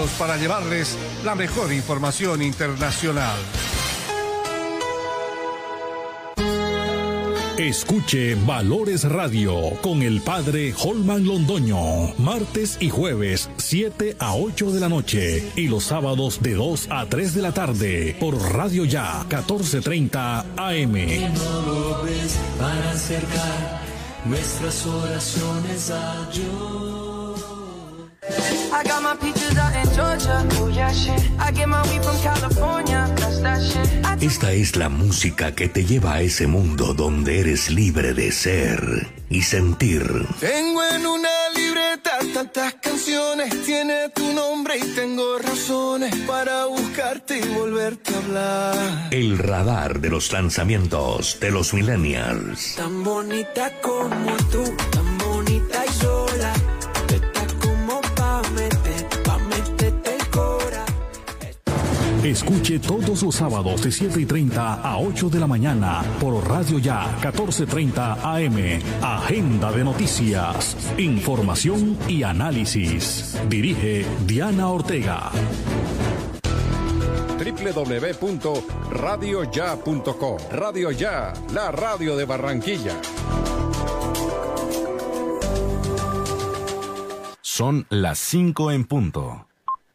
unidos para llevarles la mejor información internacional. Escuche Valores Radio con el padre Holman Londoño, martes y jueves 7 a 8 de la noche y los sábados de 2 a 3 de la tarde por Radio Ya 1430 AM. No lo ves para acercar nuestras oraciones a Dios. I got my peaches out in Georgia. Oh yeah, shit. I get my weed from California. That's that shit. Esta es la música que te lleva a ese mundo donde eres libre de ser y sentir. Tengo en una libreta tantas canciones, tiene tu nombre y tengo razones para buscarte y volverte a hablar. El radar de los lanzamientos de los millennials. Tan bonita como tú, tan bonita y sola. Escuche todos los sábados de 7:30 a 8 de la mañana por Radio Ya 1430 AM. Agenda de noticias, información y análisis. Dirige Diana Ortega. www.radioya.com. Radio Ya, la radio de Barranquilla. Son las 5 en punto.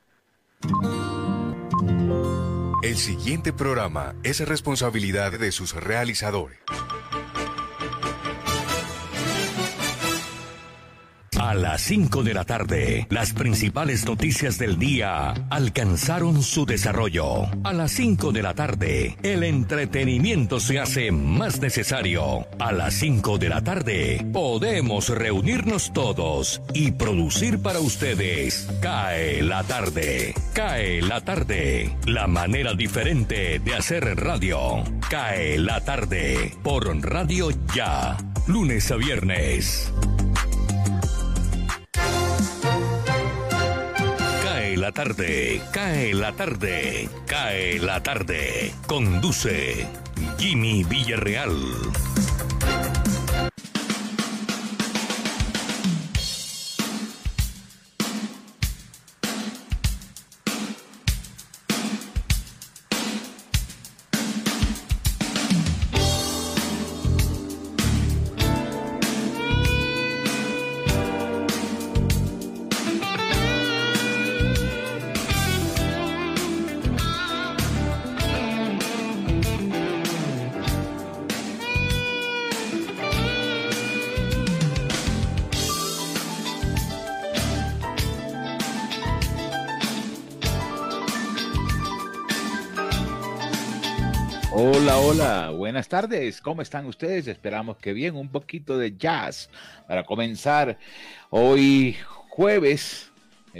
El siguiente programa es responsabilidad de sus realizadores. A las 5 de la tarde, las principales noticias del día alcanzaron su desarrollo. A las 5 de la tarde, el entretenimiento se hace más necesario. A las 5 de la tarde, podemos reunirnos todos y producir para ustedes. Cae la tarde. Cae la tarde. La manera diferente de hacer radio. Cae la tarde por Radio Ya. Lunes a viernes. La tarde, cae la tarde, cae la tarde. Conduce Jimmy Villarreal. Hola, buenas tardes, ¿cómo están ustedes? Esperamos que bien, un poquito de jazz para comenzar hoy jueves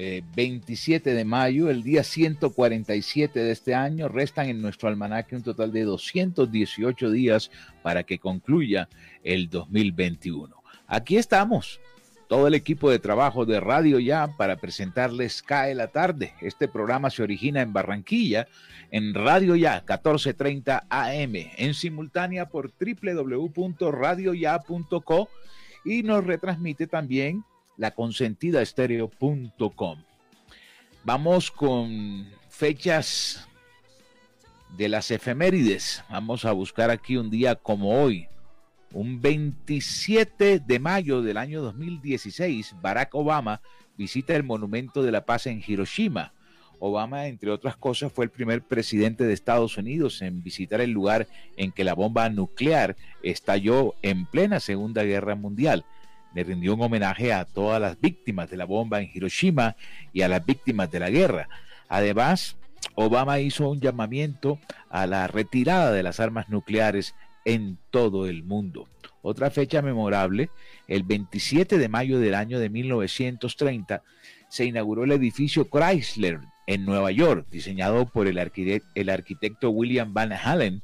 27 de mayo, el día 147 de este año. Restan en nuestro almanaque un total de 218 días para que concluya el 2021. Aquí estamos, todo el equipo de trabajo de Radio Ya para presentarles Cae la Tarde. Este programa se origina en Barranquilla, en Radio Ya 1430 AM, en simultánea por www.radioya.co y nos retransmite también laconsentidaestereo.com. Vamos con fechas de las efemérides. Vamos a buscar aquí un día como hoy. Un 27 de mayo del año 2016, Barack Obama visita el Monumento de la Paz en Hiroshima. Obama, entre otras cosas, fue el primer presidente de Estados Unidos en visitar el lugar en que la bomba nuclear estalló en plena Segunda Guerra Mundial. Le rindió un homenaje a todas las víctimas de la bomba en Hiroshima y a las víctimas de la guerra. Además, Obama hizo un llamamiento a la retirada de las armas nucleares en todo el mundo. Otra fecha memorable, el 27 de mayo del año de 1930, se inauguró el edificio Chrysler en Nueva York, diseñado por el arquitecto William Van Halen.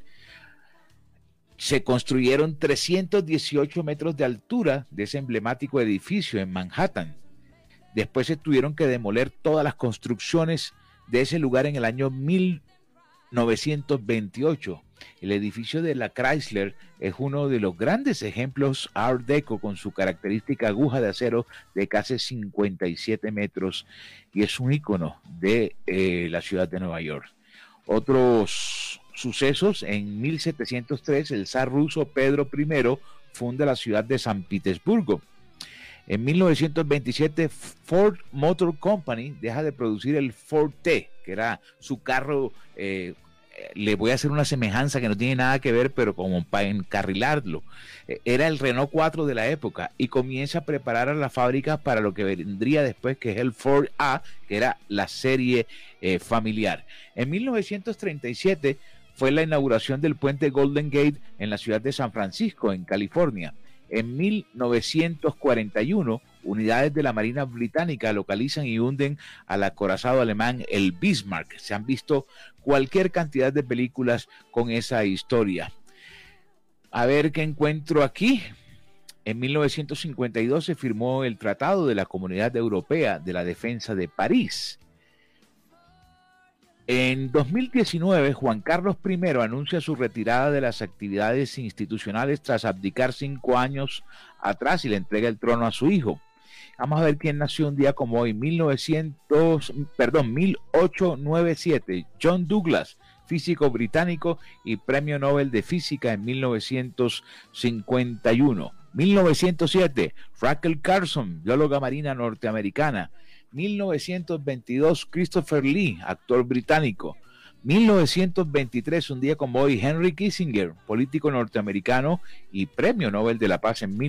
Se construyeron 318 metros de altura de ese emblemático edificio en Manhattan. Después se tuvieron que demoler todas las construcciones de ese lugar en el año 1928. El edificio de la Chrysler es uno de los grandes ejemplos Art Deco con su característica aguja de acero de casi 57 metros y es un ícono de la ciudad de Nueva York. Otros sucesos: en 1703 el zar ruso Pedro I funda la ciudad de San Petersburgo. En 1927 Ford Motor Company deja de producir el Ford T, que era su carro. Le voy a hacer una semejanza que no tiene nada que ver, pero como para encarrilarlo. Era el Renault 4 de la época y comienza a preparar a la fábrica para lo que vendría después, que es el Ford A, que era la serie familiar. En 1937 fue la inauguración del puente Golden Gate en la ciudad de San Francisco, en California. En 1941, unidades de la Marina Británica localizan y hunden al acorazado alemán el Bismarck. Se han visto cualquier cantidad de películas con esa historia. A ver qué encuentro aquí. En 1952 se firmó el Tratado de la Comunidad Europea de la Defensa de París. En 2019, Juan Carlos I anuncia su retirada de las actividades institucionales tras abdicar 5 años atrás y le entrega el trono a su hijo. Vamos a ver quién nació un día como hoy, 1897, John Douglas, físico británico y premio Nobel de Física en 1951. 1907, Rachel Carson, bióloga marina norteamericana. 1922, Christopher Lee, actor británico. 1923, un día como hoy, Henry Kissinger, político norteamericano y premio Nobel de la Paz en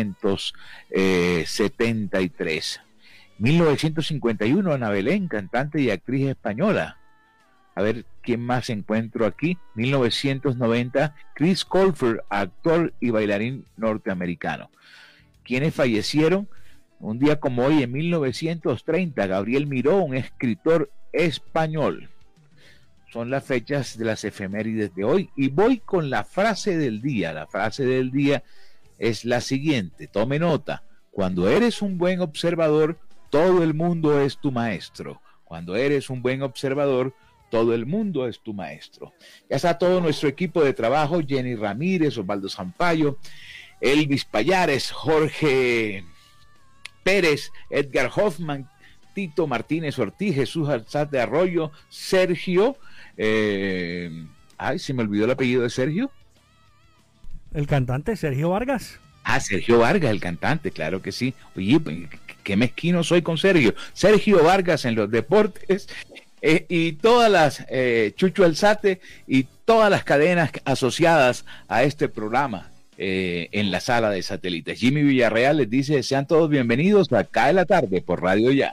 1973. 1951, Ana Belén, cantante y actriz española. A ver quién más encuentro aquí. 1990, Chris Colfer, actor y bailarín norteamericano. ¿Quiénes fallecieron? Un día como hoy, en 1930, Gabriel Miró, un escritor español. Son las fechas de las efemérides de hoy. Y voy con la frase del día. La frase del día es la siguiente. Tome nota. Cuando eres un buen observador, todo el mundo es tu maestro. Cuando eres un buen observador, todo el mundo es tu maestro. Ya está todo nuestro equipo de trabajo. Jenny Ramírez, Osvaldo Zampayo, Elvis Payares, Jorge Pérez, Edgar Hoffman, Tito Martínez Ortiz, Jesús Alzate Arroyo, Sergio. Se me olvidó el apellido de Sergio. El cantante Sergio Vargas. Sergio Vargas, el cantante, claro que sí. Oye, qué mezquino soy con Sergio. Sergio Vargas en los deportes. Y todas las Chucho Alzate y todas las cadenas asociadas a este programa. En la sala de satélites. Jimmy Villarreal les dice: sean todos bienvenidos a Cae la Tarde por Radio Ya.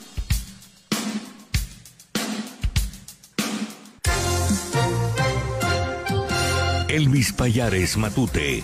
Elvis Payares Matute.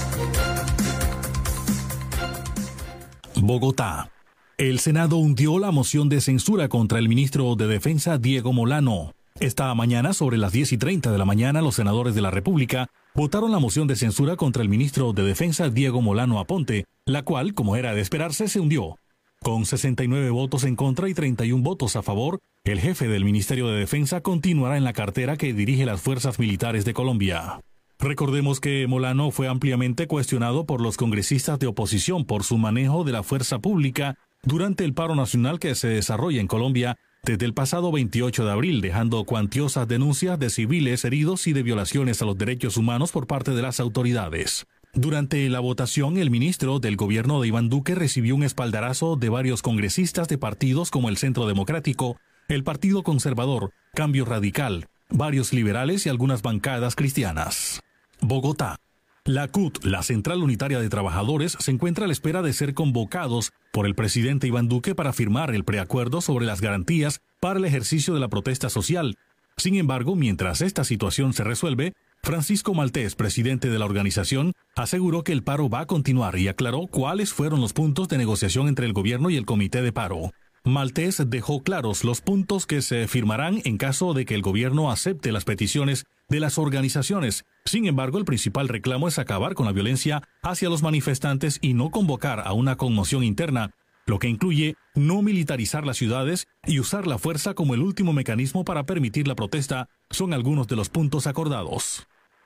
Bogotá. El Senado hundió la moción de censura contra el ministro de Defensa Diego Molano. Esta mañana, sobre las 10:30 de la mañana, los senadores de la República votaron la moción de censura contra el ministro de Defensa Diego Molano Aponte, la cual, como era de esperarse, se hundió. Con 69 votos en contra y 31 votos a favor, el jefe del Ministerio de Defensa continuará en la cartera que dirige las Fuerzas Militares de Colombia. Recordemos que Molano fue ampliamente cuestionado por los congresistas de oposición por su manejo de la fuerza pública durante el paro nacional que se desarrolla en Colombia desde el pasado 28 de abril, dejando cuantiosas denuncias de civiles heridos y de violaciones a los derechos humanos por parte de las autoridades. Durante la votación, el ministro del gobierno de Iván Duque recibió un espaldarazo de varios congresistas de partidos como el Centro Democrático, el Partido Conservador, Cambio Radical, varios liberales y algunas bancadas cristianas. Bogotá. La CUT, la Central Unitaria de Trabajadores, se encuentra a la espera de ser convocados por el presidente Iván Duque para firmar el preacuerdo sobre las garantías para el ejercicio de la protesta social. Sin embargo, mientras esta situación se resuelve, Francisco Maltés, presidente de la organización, aseguró que el paro va a continuar y aclaró cuáles fueron los puntos de negociación entre el gobierno y el comité de paro. Maltés dejó claros los puntos que se firmarán en caso de que el gobierno acepte las peticiones de las organizaciones. Sin embargo, el principal reclamo es acabar con la violencia hacia los manifestantes y no convocar a una conmoción interna, lo que incluye no militarizar las ciudades y usar la fuerza como el último mecanismo para permitir la protesta, son algunos de los puntos acordados.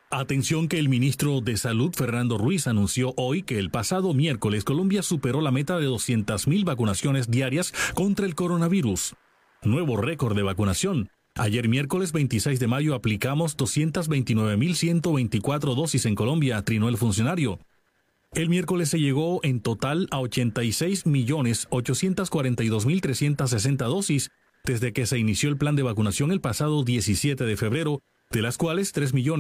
Atención que el ministro de Salud, Fernando Ruiz, anunció hoy que el pasado miércoles Colombia superó la meta de 200.000 vacunaciones diarias contra el coronavirus. Nuevo récord de vacunación. Ayer miércoles 26 de mayo aplicamos 229.124 dosis en Colombia, trinó el funcionario. El miércoles se llegó en total a 86.842.360 dosis desde que se inició el plan de vacunación el pasado 17 de febrero, de las cuales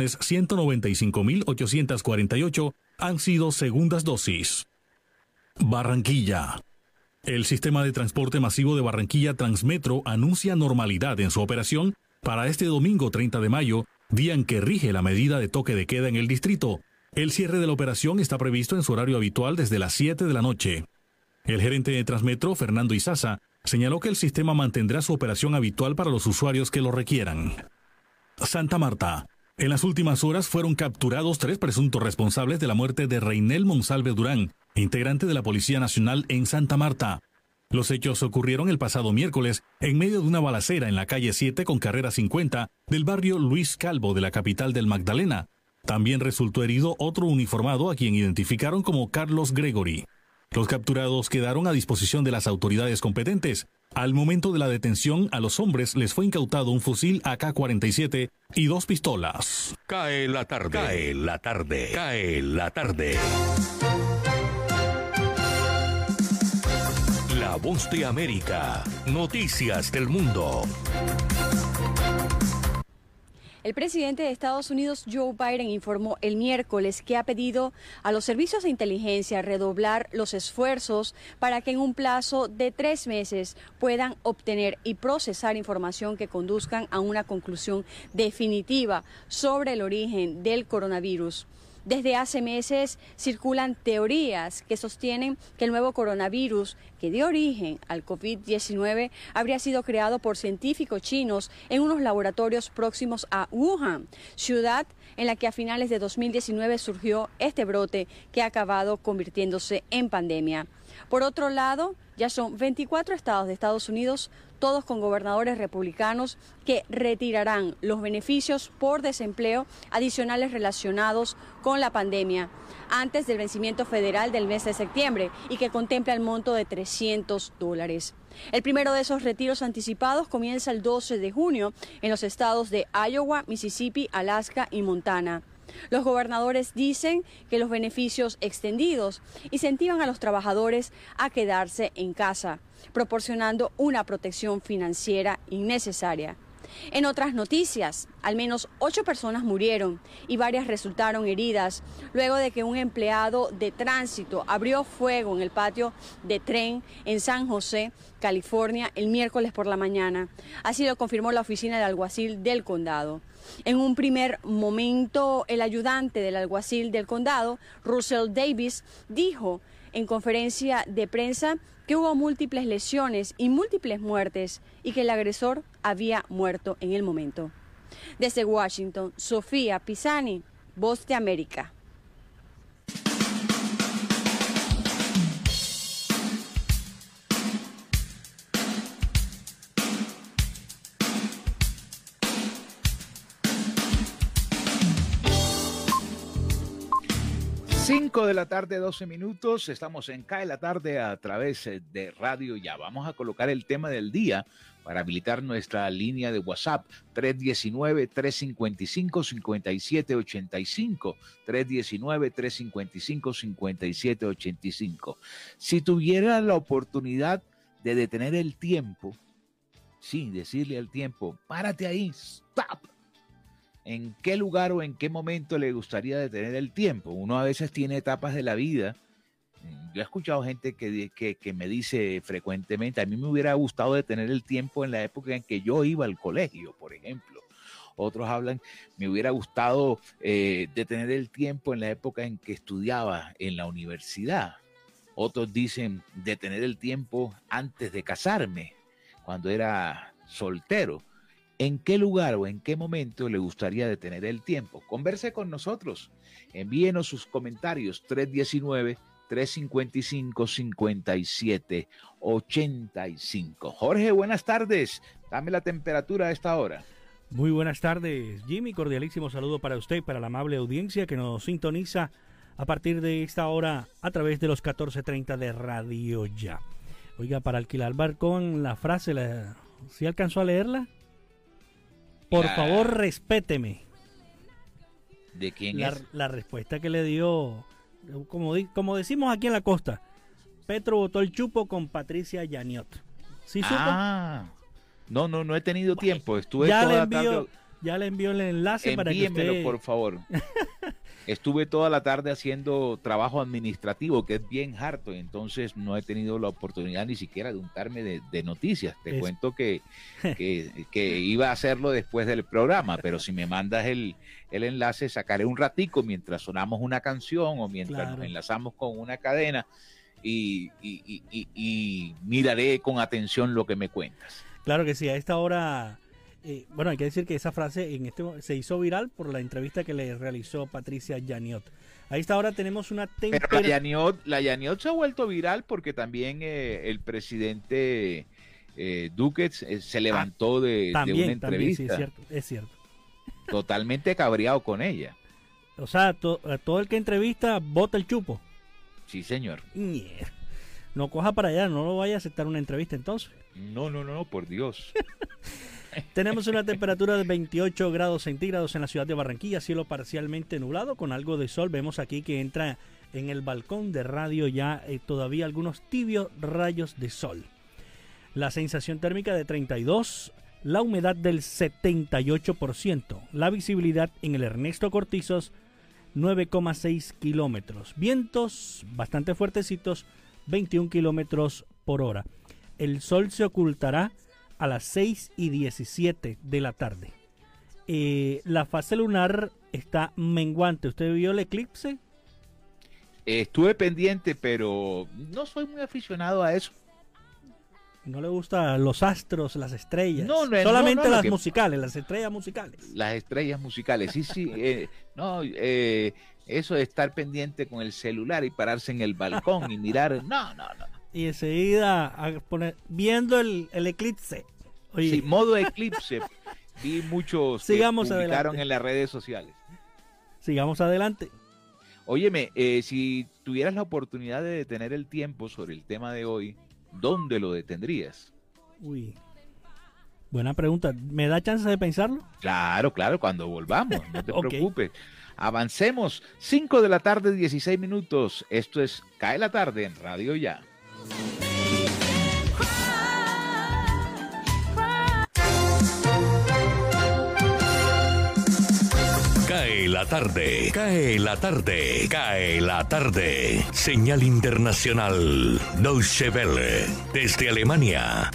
3.195.848 han sido segundas dosis. Barranquilla. El sistema de transporte masivo de Barranquilla Transmetro anuncia normalidad en su operación para este domingo 30 de mayo, día en que rige la medida de toque de queda en el distrito. El cierre de la operación está previsto en su horario habitual desde las 7 de la noche. El gerente de Transmetro, Fernando Izaza, señaló que el sistema mantendrá su operación habitual para los usuarios que lo requieran. Santa Marta. En las últimas horas fueron capturados 3 presuntos responsables de la muerte de Reinel Monsalve Durán, integrante de la Policía Nacional en Santa Marta. Los hechos ocurrieron el pasado miércoles en medio de una balacera en la calle 7 con carrera 50 del barrio Luis Calvo de la capital del Magdalena. También resultó herido otro uniformado a quien identificaron como Carlos Gregory. Los capturados quedaron a disposición de las autoridades competentes. Al momento de la detención, a los hombres les fue incautado un fusil AK-47 y 2 pistolas. Cae la tarde, cae la tarde, cae la tarde. La Voz de América. Noticias del mundo. El presidente de Estados Unidos, Joe Biden, informó el miércoles que ha pedido a los servicios de inteligencia redoblar los esfuerzos para que en un plazo de 3 meses puedan obtener y procesar información que conduzcan a una conclusión definitiva sobre el origen del coronavirus. Desde hace meses circulan teorías que sostienen que el nuevo coronavirus que dio origen al COVID-19 habría sido creado por científicos chinos en unos laboratorios próximos a Wuhan, ciudad en la que a finales de 2019 surgió este brote que ha acabado convirtiéndose en pandemia. Por otro lado, ya son 24 estados de Estados Unidos, todos con gobernadores republicanos, que retirarán los beneficios por desempleo adicionales relacionados con la pandemia antes del vencimiento federal del mes de septiembre y que contempla el monto de $300. El primero de esos retiros anticipados comienza el 12 de junio en los estados de Iowa, Mississippi, Alaska y Montana. Los gobernadores dicen que los beneficios extendidos incentivan a los trabajadores a quedarse en casa, proporcionando una protección financiera innecesaria. En otras noticias, al menos 8 personas murieron y varias resultaron heridas luego de que un empleado de tránsito abrió fuego en el patio de tren en San José, California, el miércoles por la mañana. Así lo confirmó la oficina del alguacil del condado. En un primer momento, el ayudante del alguacil del condado, Russell Davis, dijo en conferencia de prensa que hubo múltiples lesiones y múltiples muertes y que el agresor había muerto en el momento. Desde Washington, Sofía Pisani, Voz de América. Cinco de la tarde, 12 minutos. Estamos en CAE la tarde a través de Radio Ya. Vamos a colocar el tema del día para habilitar nuestra línea de WhatsApp 319-355-5785. 319-355-5785. Si tuviera la oportunidad de detener el tiempo, sí, decirle al tiempo, párate ahí, stop. ¿En qué lugar o en qué momento le gustaría detener el tiempo? Uno a veces tiene etapas de la vida. Yo he escuchado gente que me dice frecuentemente, a mí me hubiera gustado detener el tiempo en la época en que yo iba al colegio, por ejemplo. Otros hablan, me hubiera gustado detener el tiempo en la época en que estudiaba en la universidad. Otros dicen detener el tiempo antes de casarme, cuando era soltero. ¿En qué lugar o en qué momento le gustaría detener el tiempo? Converse con nosotros. Envíenos sus comentarios 319-355-5785. Jorge, buenas tardes. Dame la temperatura a esta hora. Muy buenas tardes, Jimmy. Cordialísimo saludo para usted y para la amable audiencia que nos sintoniza a partir de esta hora a través de los 14:30 de Radio Ya. Oiga, para alquilar balcón, la frase, ¿sí alcanzó a leerla? Por favor, respéteme. ¿De quién es? La respuesta que le dio, como decimos aquí en la costa, Petro botó el chupo con Patricia Yaniot. ¿Sí supo? No he tenido tiempo. Estuve toda la tarde. Ya le envió el enlace para que usted... por favor. Estuve toda la tarde haciendo trabajo administrativo, que es bien harto, y entonces no he tenido la oportunidad ni siquiera de untarme de noticias. Te cuento que iba a hacerlo después del programa, pero si me mandas el enlace, sacaré un ratico mientras sonamos una canción o mientras nos enlazamos con una cadena y miraré con atención lo que me cuentas. Claro que sí, a esta hora... bueno, hay que decir que esa frase se hizo viral por la entrevista que le realizó Patricia Yaniot. A esta hora tenemos una temperatura... Pero la Yaniot se ha vuelto viral porque también el presidente Duque se levantó de una entrevista. También, sí, es cierto. Totalmente cabreado con ella. O sea, todo el que entrevista bota el chupo. Sí, señor. No coja para allá, no lo vaya a aceptar una entrevista entonces. No, por Dios. Tenemos una temperatura de 28 grados centígrados en la ciudad de Barranquilla, cielo parcialmente nublado con algo de sol. Vemos aquí que entra en el balcón de Radio Ya todavía algunos tibios rayos de sol. La sensación térmica de 32, la humedad del 78%, la visibilidad en el Ernesto Cortizos 9,6 kilómetros, vientos bastante fuertecitos 21 kilómetros por hora. El sol se ocultará a las 6:17 de la tarde. La fase lunar está menguante. ¿Usted vio el eclipse? Estuve pendiente, pero no soy muy aficionado a eso. ¿No le gustan los astros, las estrellas? Solamente las musicales, las estrellas musicales. Las estrellas musicales, sí. Eso de estar pendiente con el celular y pararse en el balcón y mirar, no. Y enseguida viendo el eclipse. Oye. Sí, modo eclipse. Vi muchos que publicaron en las redes sociales. Sigamos adelante. Óyeme, si tuvieras la oportunidad de detener el tiempo sobre el tema de hoy, ¿dónde lo detendrías? Buena pregunta. ¿Me da chance de pensarlo? Claro, cuando volvamos, no te preocupes. Avancemos, 5 de la tarde, 16 minutos. Esto es Cae la Tarde en Radio Ya. Cae la tarde, cae la tarde, cae la tarde. Señal internacional, Deutsche Welle, desde Alemania.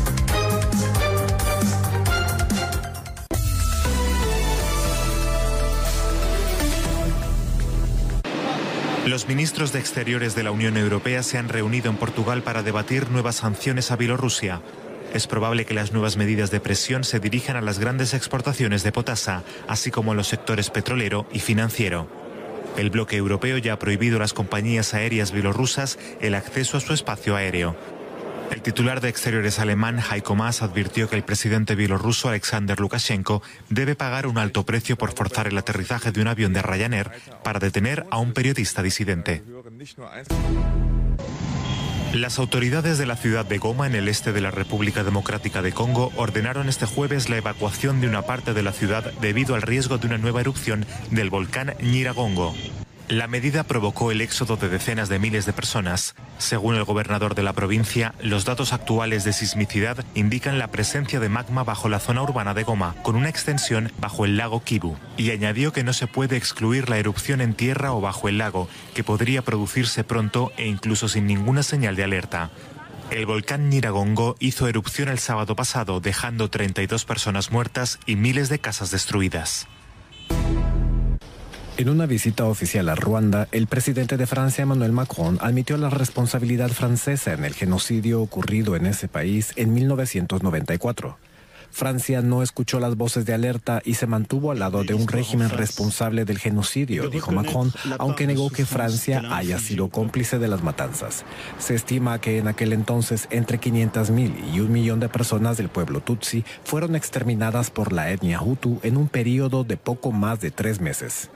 Los ministros de Exteriores de la Unión Europea se han reunido en Portugal para debatir nuevas sanciones a Bielorrusia. Es probable que las nuevas medidas de presión se dirijan a las grandes exportaciones de potasa, así como a los sectores petrolero y financiero. El bloque europeo ya ha prohibido a las compañías aéreas bielorrusas el acceso a su espacio aéreo. El titular de Exteriores alemán, Heiko Maas, advirtió que el presidente bielorruso Alexander Lukashenko debe pagar un alto precio por forzar el aterrizaje de un avión de Ryanair para detener a un periodista disidente. Las autoridades de la ciudad de Goma, en el este de la República Democrática de Congo, ordenaron este jueves la evacuación de una parte de la ciudad debido al riesgo de una nueva erupción del volcán Nyiragongo. La medida provocó el éxodo de decenas de miles de personas. Según el gobernador de la provincia, los datos actuales de sismicidad indican la presencia de magma bajo la zona urbana de Goma, con una extensión bajo el lago Kivu, y añadió que no se puede excluir la erupción en tierra o bajo el lago, que podría producirse pronto e incluso sin ninguna señal de alerta. El volcán Nyiragongo hizo erupción el sábado pasado, dejando 32 personas muertas y miles de casas destruidas. En una visita oficial a Ruanda, el presidente de Francia, Emmanuel Macron, admitió la responsabilidad francesa en el genocidio ocurrido en ese país en 1994. Francia no escuchó las voces de alerta y se mantuvo al lado de un régimen responsable del genocidio, dijo Macron, aunque negó que Francia haya sido cómplice de las matanzas. Se estima que en aquel entonces entre 500.000 y 1 millón de personas del pueblo Tutsi fueron exterminadas por la etnia Hutu en un periodo de poco más de 3 meses.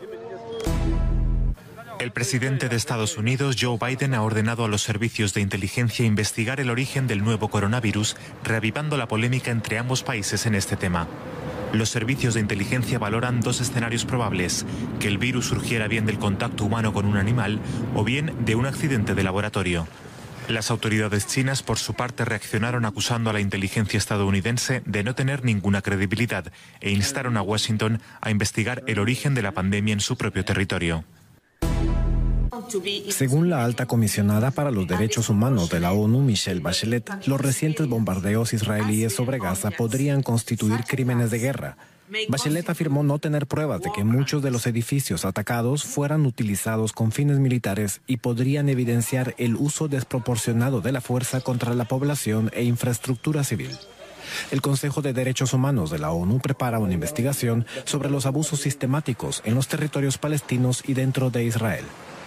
El presidente de Estados Unidos, Joe Biden, ha ordenado a los servicios de inteligencia investigar el origen del nuevo coronavirus, reavivando la polémica entre ambos países en este tema. Los servicios de inteligencia valoran 2 escenarios probables: que el virus surgiera bien del contacto humano con un animal o bien de un accidente de laboratorio. Las autoridades chinas, por su parte, reaccionaron acusando a la inteligencia estadounidense de no tener ninguna credibilidad e instaron a Washington a investigar el origen de la pandemia en su propio territorio. Según la alta comisionada para los derechos humanos de la ONU, Michelle Bachelet, los recientes bombardeos israelíes sobre Gaza podrían constituir crímenes de guerra. Bachelet afirmó no tener pruebas de que muchos de los edificios atacados fueran utilizados con fines militares y podrían evidenciar el uso desproporcionado de la fuerza contra la población e infraestructura civil. El Consejo de Derechos Humanos de la ONU prepara una investigación sobre los abusos sistemáticos en los territorios palestinos y dentro de Israel.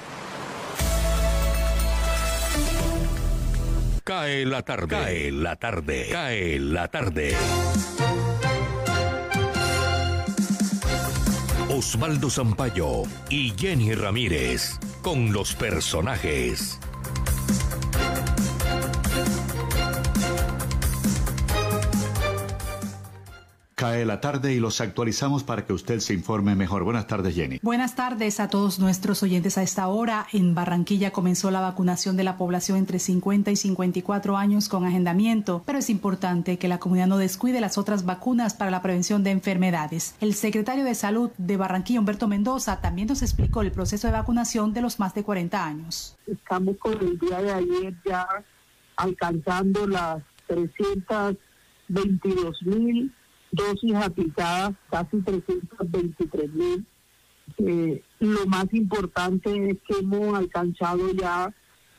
Cae la tarde, cae la tarde, cae la tarde. Osvaldo Sampaio y Jenny Ramírez con los personajes. Cae la tarde y los actualizamos para que usted se informe mejor. Buenas tardes, Jenny. Buenas tardes a todos nuestros oyentes a esta hora. En Barranquilla comenzó la vacunación de la población entre 50 y 54 años con agendamiento, pero es importante que la comunidad no descuide las otras vacunas para la prevención de enfermedades. El secretario de Salud de Barranquilla, Humberto Mendoza, también nos explicó el proceso de vacunación de los más de 40 años. Estamos con el día de ayer ya alcanzando las 322.000 dosis aplicadas, casi 323.000. Lo más importante es que hemos alcanzado ya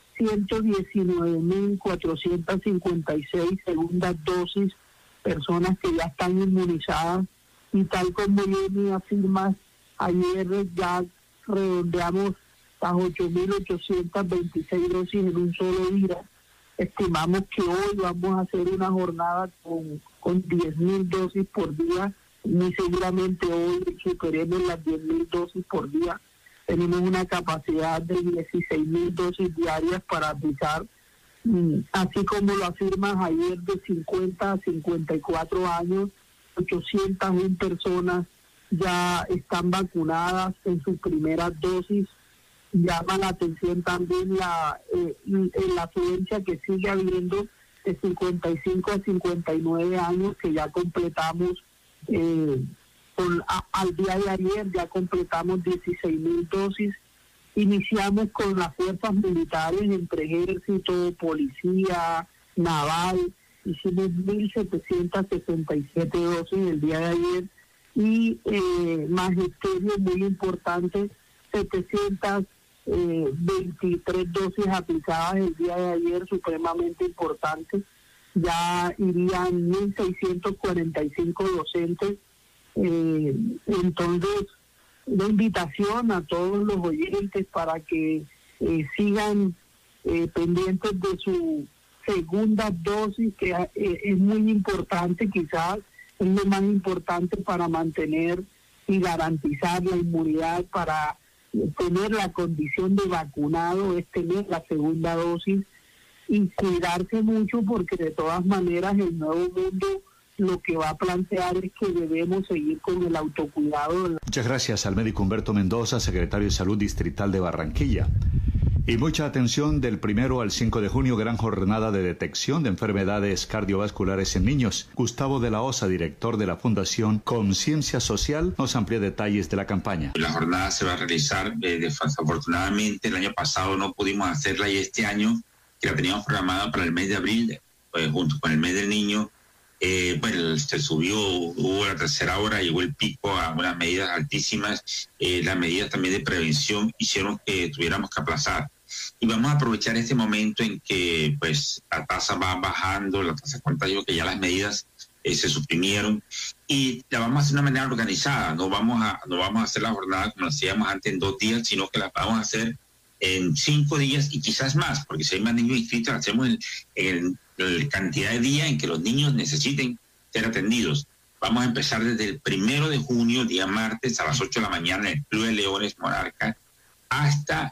119.456 segundas dosis, personas que ya están inmunizadas, y tal como Jenny afirma, ayer ya redondeamos las 8.826 dosis en un solo día. Estimamos que hoy vamos a hacer una jornada con 10.000 dosis por día. Muy seguramente hoy superemos las 10.000 dosis por día. Tenemos una capacidad de 16.000 dosis diarias para aplicar. Así como lo afirmas, ayer de 50 a 54 años, 801 personas ya están vacunadas en sus primeras dosis. Llama la atención también la afluencia que sigue habiendo de 55 a 59 años, que ya completamos, al día de ayer ya completamos 16.000 dosis. Iniciamos con las fuerzas militares, entre ejército, policía, naval, hicimos 1.767 dosis el día de ayer, y magisterio, muy importante, 723 dosis aplicadas el día de ayer, supremamente importante. Ya irían 1.645 docentes. Entonces, una invitación a todos los oyentes para que sigan pendientes de su segunda dosis, que es muy importante, quizás es lo más importante para mantener y garantizar la inmunidad. Para tener la condición de vacunado es tener la segunda dosis y cuidarse mucho, porque de todas maneras el nuevo mundo lo que va a plantear es que debemos seguir con el autocuidado. Muchas gracias al médico Humberto Mendoza, secretario de Salud Distrital de Barranquilla. Y mucha atención, del 1 al 5 de junio, gran jornada de detección de enfermedades cardiovasculares en niños. Gustavo de la Osa, director de la Fundación Conciencia Social, nos amplía detalles de la campaña. La jornada se va a realizar, desafortunadamente el año pasado no pudimos hacerla, y este año, que la teníamos programada para el mes de abril, pues junto con el mes del niño, se subió, hubo la tercera hora, llegó el pico a unas medidas altísimas. Las medidas también de prevención hicieron que tuviéramos que aplazar. Y vamos a aprovechar este momento en que pues la tasa va bajando, la tasa de contagio, que ya las medidas se suprimieron, y la vamos a hacer de una manera organizada. No vamos a hacer la jornada como la hacíamos antes en 2 días, sino que la vamos a hacer en 5 días y quizás más, porque si hay más niños inscritos, la hacemos en la cantidad de días en que los niños necesiten ser atendidos. Vamos a empezar desde el 1 de junio, día martes, a las 8 de la mañana en el Club de Leones Monarca, hasta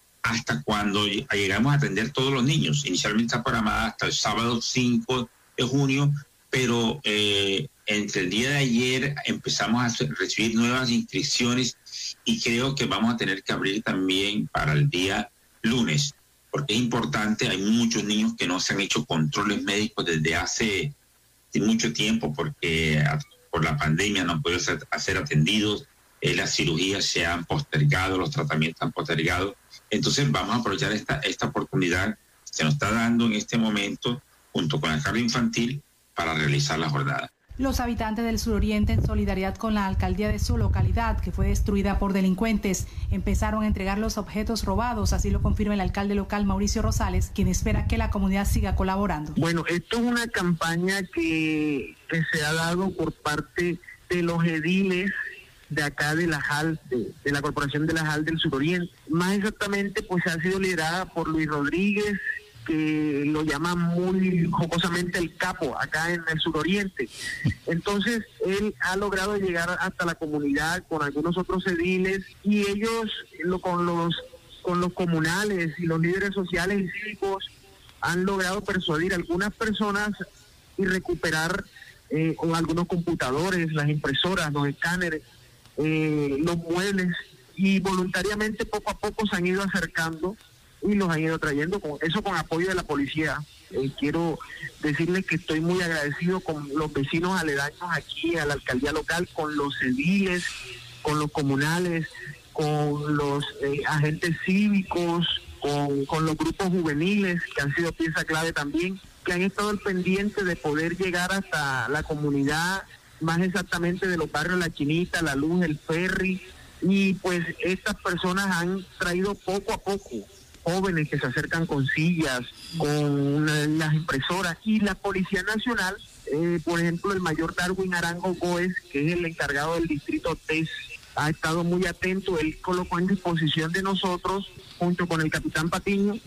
cuando llegamos a atender todos los niños. Inicialmente está programada hasta el sábado 5 de junio, pero entre el día de ayer empezamos a recibir nuevas inscripciones y creo que vamos a tener que abrir también para el día lunes, porque es importante. Hay muchos niños que no se han hecho controles médicos desde hace mucho tiempo, porque por la pandemia no han podido ser atendidos, las cirugías se han postergado, los tratamientos han postergado. Entonces vamos a aprovechar esta oportunidad que se nos está dando en este momento junto con el carro infantil para realizar la jornada. Los habitantes del suroriente, en solidaridad con la alcaldía de su localidad, que fue destruida por delincuentes, empezaron a entregar los objetos robados, así lo confirma el alcalde local Mauricio Rosales, quien espera que la comunidad siga colaborando. Bueno, esto es una campaña que se ha dado por parte de los ediles de acá de la JAL, de la Corporación de la JAL del Suroriente. Más exactamente, pues ha sido liderada por Luis Rodríguez, que lo llaman muy jocosamente el capo acá en el suroriente. Entonces, él ha logrado llegar hasta la comunidad con algunos otros ediles, y ellos con los comunales y los líderes sociales y cívicos han logrado persuadir a algunas personas y recuperar con algunos computadores, las impresoras, los escáneres, los muebles, y voluntariamente poco a poco se han ido acercando y los han ido trayendo, con apoyo de la policía. Quiero decirles que estoy muy agradecido con los vecinos aledaños aquí a la alcaldía local, con los ediles, con los comunales, con los agentes cívicos, con los grupos juveniles, que han sido pieza clave también, que han estado al pendiente de poder llegar hasta la comunidad, más exactamente de los barrios La Chinita, La Luz, El Ferry, y pues estas personas han traído poco a poco jóvenes que se acercan con sillas, con las impresoras, y la Policía Nacional, por ejemplo, el mayor Darwin Arango Góez, que es el encargado del distrito TES, ha estado muy atento. Él colocó en disposición de nosotros, junto con el capitán Patiño,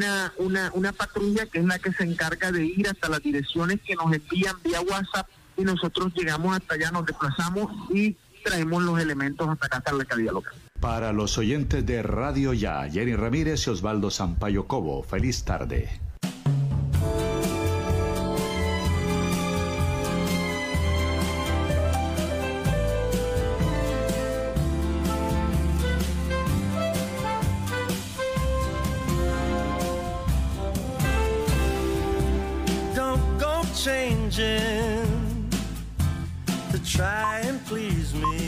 una patrulla que es la que se encarga de ir hasta las direcciones que nos envían vía WhatsApp, y nosotros llegamos hasta allá, nos desplazamos y traemos los elementos hasta acá, hasta la alcaldía local. Para los oyentes de Radio Ya, Jenny Ramírez y Osvaldo Sampaio Cobo, feliz tarde. Don't go changing to try and please me.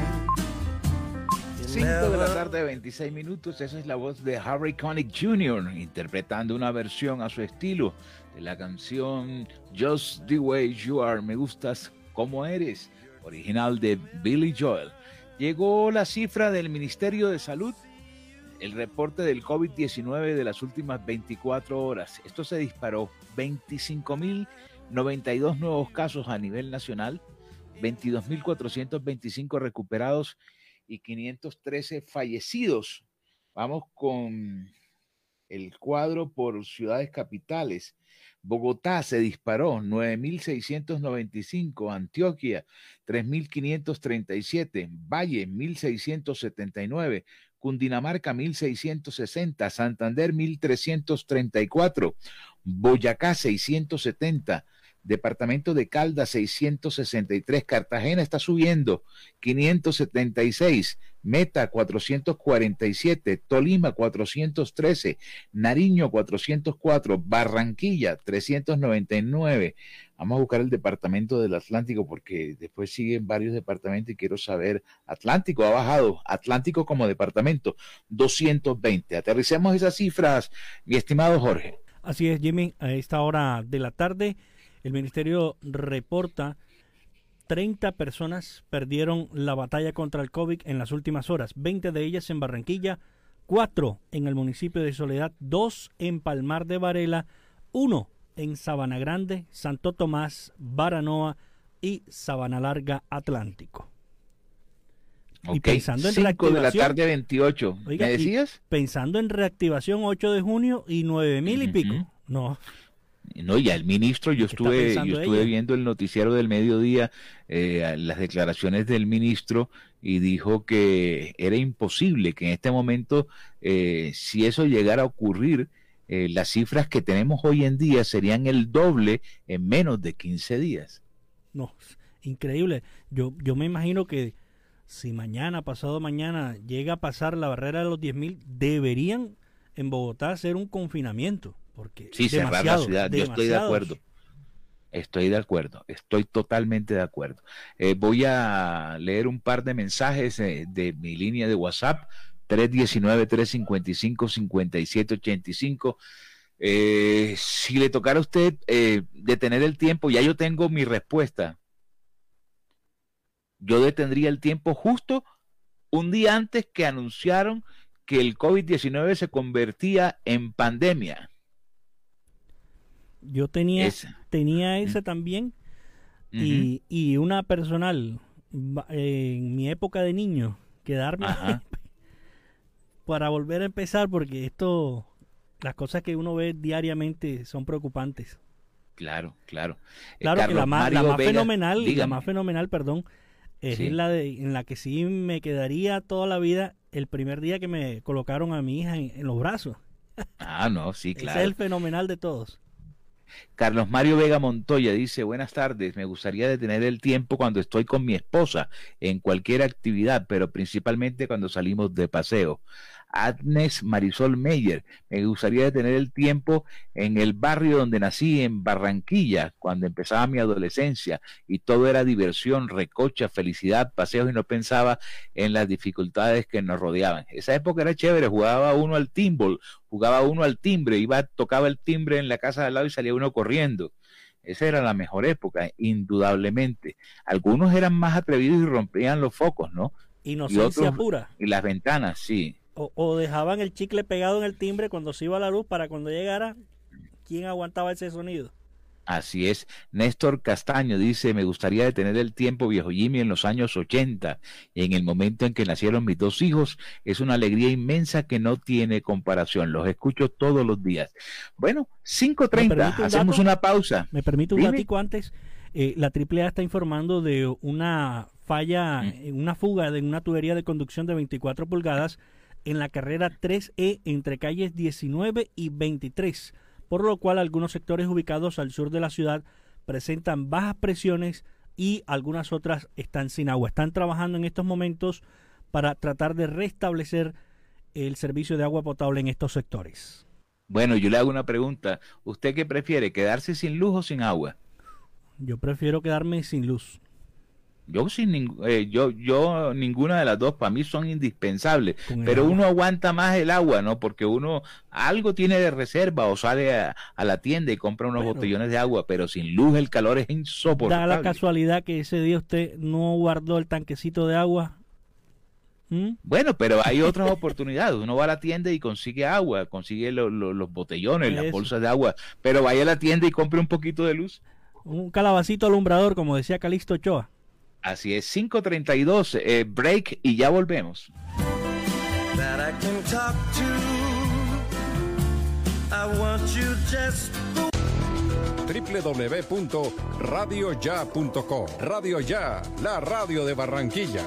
5 de la tarde, 26 minutos. Esa es la voz de Harry Connick Jr. interpretando una versión a su estilo de la canción Just the Way You Are, Me Gustas Como Eres, original de Billy Joel. Llegó la cifra del Ministerio de Salud, el reporte del COVID-19 de las últimas 24 horas. Esto se disparó: 25.092 nuevos casos a nivel nacional, 22.425 recuperados y 513 fallecidos. Vamos con el cuadro por ciudades capitales. Bogotá se disparó, 9.695, Antioquia 3.537, Valle 1.679, Cundinamarca 1.660, Santander 1.334, Boyacá 670, Departamento de Caldas 663, Cartagena está subiendo 576, Meta 447, Tolima 413, Nariño 404, Barranquilla 399. Vamos a buscar el departamento del Atlántico porque después siguen varios departamentos y quiero saber. Atlántico ha bajado, Atlántico como departamento 220. Aterricemos esas cifras, mi estimado Jorge. Así es, Jimmy, a esta hora de la tarde el ministerio reporta 30 personas perdieron la batalla contra el COVID en las últimas horas, 20 de ellas en Barranquilla, 4 en el municipio de Soledad, 2 en Palmar de Varela, 1 en Sabana Grande, Santo Tomás, Baranoa, y Sabana Larga Atlántico. Okay. Y pensando en 5 de la tarde 28. Oiga, ¿me decías? Pensando en reactivación 8 de junio y 9,000 y pico. No, ya el ministro, yo estuve viendo el noticiero del mediodía, las declaraciones del ministro, y dijo que era imposible que en este momento, si eso llegara a ocurrir, las cifras que tenemos hoy en día serían el doble en menos de 15 días. No, increíble. Yo me imagino que si mañana, pasado mañana, llega a pasar la barrera de los 10,000, deberían en Bogotá hacer un confinamiento. Porque sí, cerrar la ciudad. Yo estoy de acuerdo. Estoy totalmente de acuerdo. Voy a leer un par de mensajes de mi línea de WhatsApp, 319-355-5785. Si le tocara a usted detener el tiempo, ya yo tengo mi respuesta. Yo detendría el tiempo justo un día antes que anunciaron que el COVID-19 se convertía en pandemia. Yo tenía esa también, y una personal en mi época de niño, quedarme para volver a empezar, porque las cosas que uno ve diariamente son preocupantes. Claro. Claro, que la más fenomenal, es en la que sí me quedaría toda la vida, el primer día que me colocaron a mi hija en los brazos. No, sí, claro. Ese es el fenomenal de todos. Carlos Mario Vega Montoya dice: buenas tardes, me gustaría detener el tiempo cuando estoy con mi esposa en cualquier actividad, pero principalmente cuando salimos de paseo. Agnes Marisol Meyer: me gustaría detener el tiempo en el barrio donde nací, en Barranquilla, cuando empezaba mi adolescencia y todo era diversión, recocha, felicidad, paseos, y no pensaba en las dificultades que nos rodeaban. Esa época era chévere, jugaba uno al timbal, jugaba uno al timbre, tocaba el timbre en la casa de al lado y salía uno corriendo. Esa era la mejor época, indudablemente. Algunos eran más atrevidos y rompían los focos, ¿no? Inocencia pura. Y las ventanas, sí. O dejaban el chicle pegado en el timbre cuando se iba la luz, para cuando llegara, ¿quién aguantaba ese sonido? Así es. Néstor Castaño dice: me gustaría detener el tiempo, viejo Jimmy, en los años 80, y en el momento en que nacieron mis 2 hijos. Es una alegría inmensa que no tiene comparación. Los escucho todos los días. Bueno, 5:30, hacemos una pausa. ¿Me permite un datico antes? La AAA está informando de una falla, una fuga de una tubería de conducción de 24 pulgadas en la carrera 3E entre calles 19 y 23, por lo cual algunos sectores ubicados al sur de la ciudad presentan bajas presiones y algunas otras están sin agua. Están trabajando en estos momentos para tratar de restablecer el servicio de agua potable en estos sectores. Bueno, yo le hago una pregunta. ¿Usted qué prefiere, quedarse sin luz o sin agua? Yo prefiero quedarme sin luz. Yo ninguna de las dos, para mí son indispensables, pero uno aguanta más el agua, ¿no? Porque uno algo tiene de reserva, o sale a la tienda y compra unos botellones de agua, pero sin luz el calor es insoportable. Da la casualidad que ese día usted no guardó el tanquecito de agua. Bueno, pero hay otras oportunidades. Uno va a la tienda y consigue agua, consigue los botellones, las bolsas de agua, pero vaya a la tienda y compre un poquito de luz. Un calabacito alumbrador, como decía Calixto Ochoa. Así es, 5:32, break y ya volvemos. www.radioya.com. Radio Ya, la radio de Barranquilla.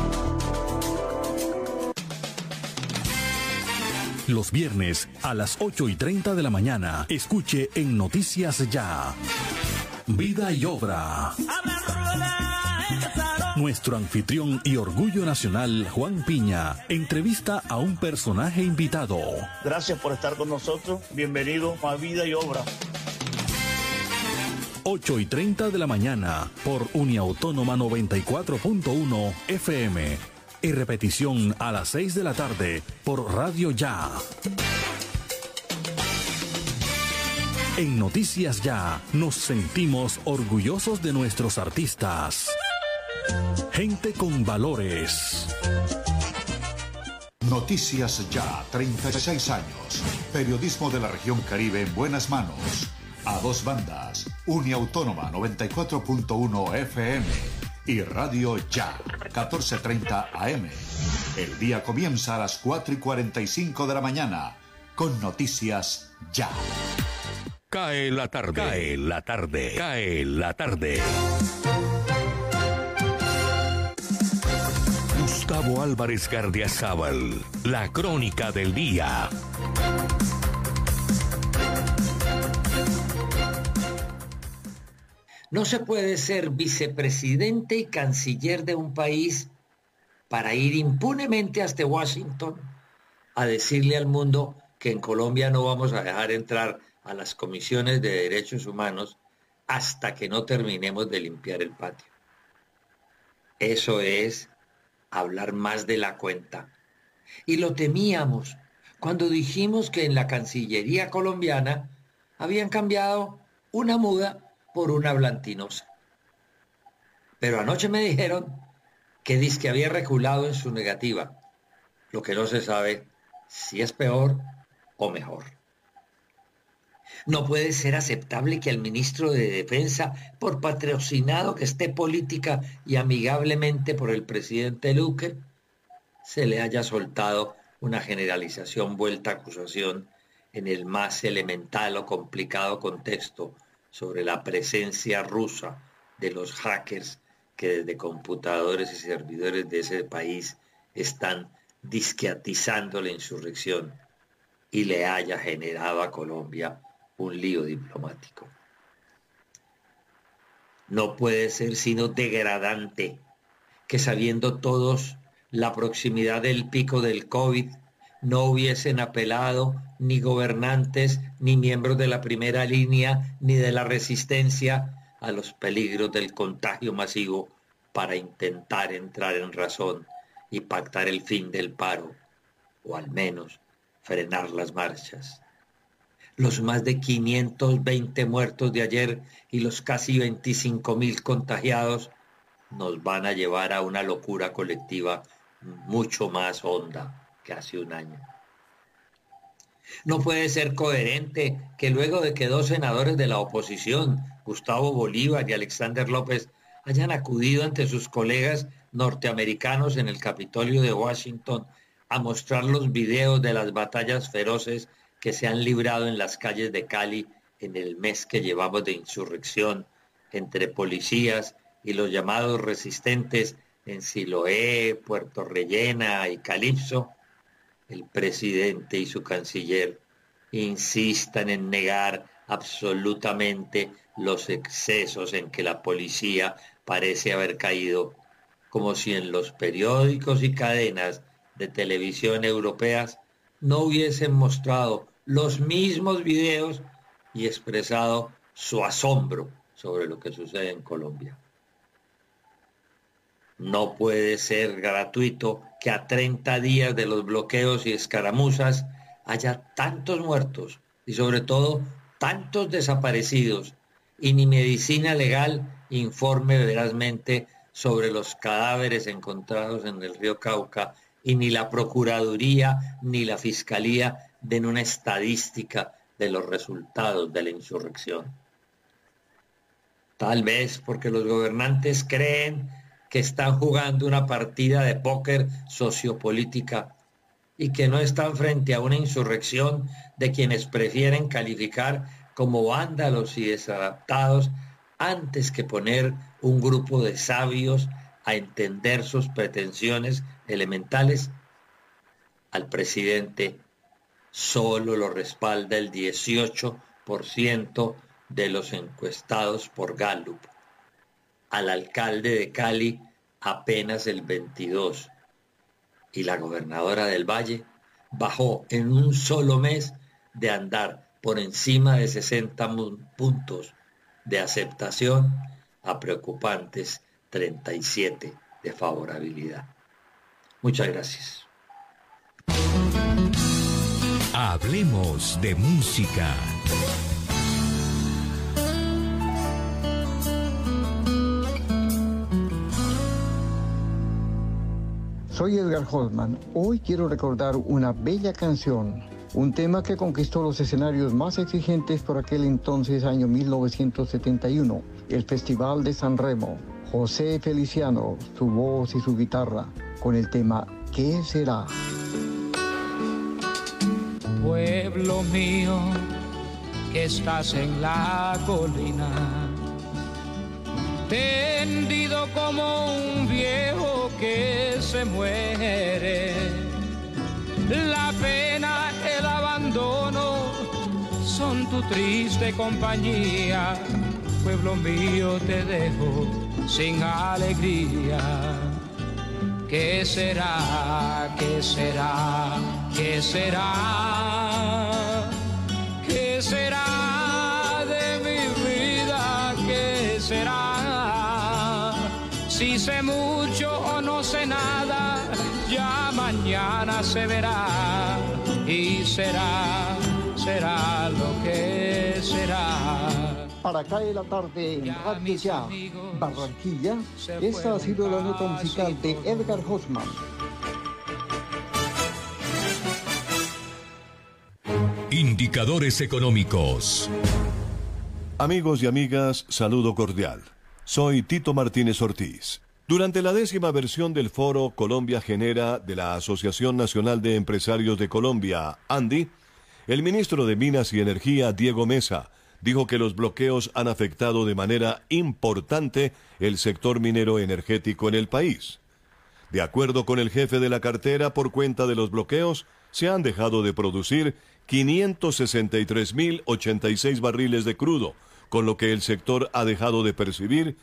Los viernes a las 8:30 de la mañana, escuche en Noticias Ya: Vida y Obra. Nuestro anfitrión y orgullo nacional, Juan Piña, entrevista a un personaje invitado. Gracias por estar con nosotros. Bienvenido a Vida y Obra. 8:30 de la mañana por Uniautónoma 94.1 FM. Y repetición a las 6 de la tarde por Radio Ya. En Noticias Ya nos sentimos orgullosos de nuestros artistas. Gente con valores. Noticias Ya, 36 años. Periodismo de la región Caribe en buenas manos. A dos bandas. Uniautónoma 94.1 FM y Radio Ya 14:30 AM. El día comienza a las 4:45 de la mañana con Noticias Ya. Cae la tarde, cae la tarde, cae la tarde. Gustavo Álvarez Gardiazabal, la crónica del día. No se puede ser vicepresidente y canciller de un país para ir impunemente hasta Washington a decirle al mundo que en Colombia no vamos a dejar entrar a las comisiones de derechos humanos hasta que no terminemos de limpiar el patio. Eso es hablar más de la cuenta. Y lo temíamos cuando dijimos que en la Cancillería colombiana habían cambiado una muda por una blantinosa. Pero anoche me dijeron que dizque había reculado en su negativa, lo que no se sabe si es peor o mejor. No puede ser aceptable que al ministro de Defensa, por patrocinado que esté política y amigablemente por el presidente Duque, se le haya soltado una generalización vuelta a acusación en el más elemental o complicado contexto sobre la presencia rusa de los hackers que desde computadores y servidores de ese país están disqueatizando la insurrección y le haya generado a Colombia un lío diplomático. No puede ser sino degradante que, sabiendo todos la proximidad del pico del COVID, no hubiesen apelado ni gobernantes, ni miembros de la primera línea, ni de la resistencia a los peligros del contagio masivo para intentar entrar en razón y pactar el fin del paro, o al menos frenar las marchas. Los más de 520 muertos de ayer y los casi 25.000 contagiados nos van a llevar a una locura colectiva mucho más honda que hace un año. No puede ser coherente que luego de que dos senadores de la oposición, Gustavo Bolívar y Alexander López, hayan acudido ante sus colegas norteamericanos en el Capitolio de Washington a mostrar los videos de las batallas feroces que se han librado en las calles de Cali en el mes que llevamos de insurrección entre policías y los llamados resistentes en Siloé, Puerto Rellena y Calipso, el presidente y su canciller insistan en negar absolutamente los excesos en que la policía parece haber caído, como si en los periódicos y cadenas de televisión europeas no hubiesen mostrado los mismos videos y expresado su asombro sobre lo que sucede en Colombia. No puede ser gratuito que a 30 días de los bloqueos y escaramuzas haya tantos muertos y sobre todo tantos desaparecidos y ni medicina legal informe verazmente sobre los cadáveres encontrados en el río Cauca y ni la Procuraduría ni la Fiscalía den una estadística de los resultados de la insurrección. Tal vez porque los gobernantes creen que están jugando una partida de póker sociopolítica y que no están frente a una insurrección de quienes prefieren calificar como vándalos y desadaptados antes que poner un grupo de sabios a entender sus pretensiones elementales. Al presidente solo lo respalda el 18% de los encuestados por Gallup. Al alcalde de Cali apenas el 22%. Y la gobernadora del Valle bajó en un solo mes de andar por encima de 60 puntos de aceptación a preocupantes 37 de favorabilidad. Muchas gracias. Hablemos de música. Soy Edgar Holtman. Hoy quiero recordar una bella canción un tema que conquistó los escenarios más exigentes por aquel entonces año 1971, el Festival de San Remo. José Feliciano, su voz y su guitarra, con el tema ¿Qué será? Pueblo mío, que estás en la colina, tendido como un viejo que se muere. La pena, el abandono son tu triste compañía. Pueblo mío, te dejo sin alegría. ¿Qué será? ¿Qué será? ¿Qué será? ¿Qué será de mi vida? ¿Qué será? Si sé mucho o no sé nada, ya mañana se verá. Y será lo que será. Para Cae la Tarde en Radio Ya, Barranquilla, esta ha sido la nota musical de Edgar Hosman. Indicadores económicos. Amigos y amigas, saludo cordial. Soy Tito Martínez Ortiz. Durante la 10ª versión del foro Colombia Genera de la Asociación Nacional de Empresarios de Colombia, ANDI, el ministro de Minas y Energía, Diego Mesa, dijo que los bloqueos han afectado de manera importante el sector minero energético en el país. De acuerdo con el jefe de la cartera, por cuenta de los bloqueos, se han dejado de producir 563.086 barriles de crudo, con lo que el sector ha dejado de percibir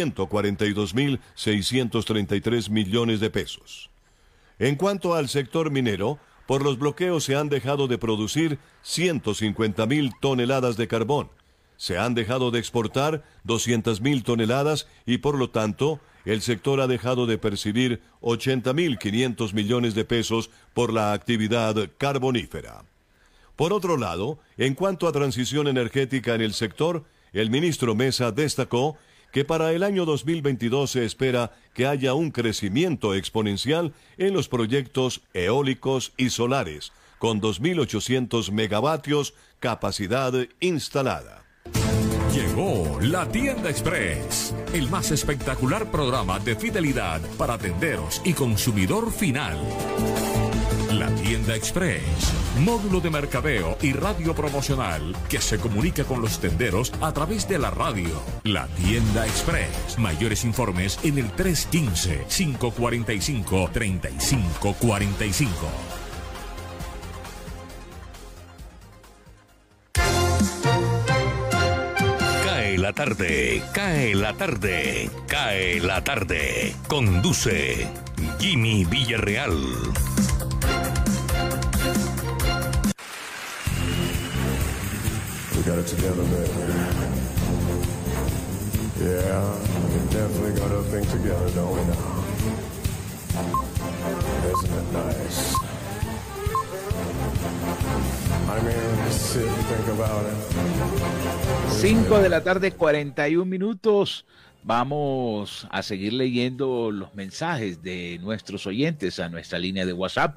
142.633 millones de pesos. En cuanto al sector minero, por los bloqueos se han dejado de producir 150.000 toneladas de carbón, se han dejado de exportar 200.000 toneladas y por lo tanto el sector ha dejado de percibir 80.500 millones de pesos por la actividad carbonífera. Por otro lado, en cuanto a transición energética en el sector, el ministro Mesa destacó que para el año 2022 se espera que haya un crecimiento exponencial en los proyectos eólicos y solares, con 2.800 megavatios capacidad instalada. Llegó la Tienda Express, el más espectacular programa de fidelidad para tenderos y consumidor final. La Tienda Express, módulo de mercadeo y radio promocional que se comunica con los tenderos a través de la radio. La Tienda Express. Mayores informes en el 315-545-3545. Cae la tarde, cae la tarde, cae la tarde. Conduce Jimmy Villarreal. We got it together, man. Yeah, we definitely got our thing together, don't we now? Isn't it nice? I mean, just sit and think about it. 5 de la tarde, 41 minutos. Vamos a seguir leyendo los mensajes de nuestros oyentes a nuestra línea de WhatsApp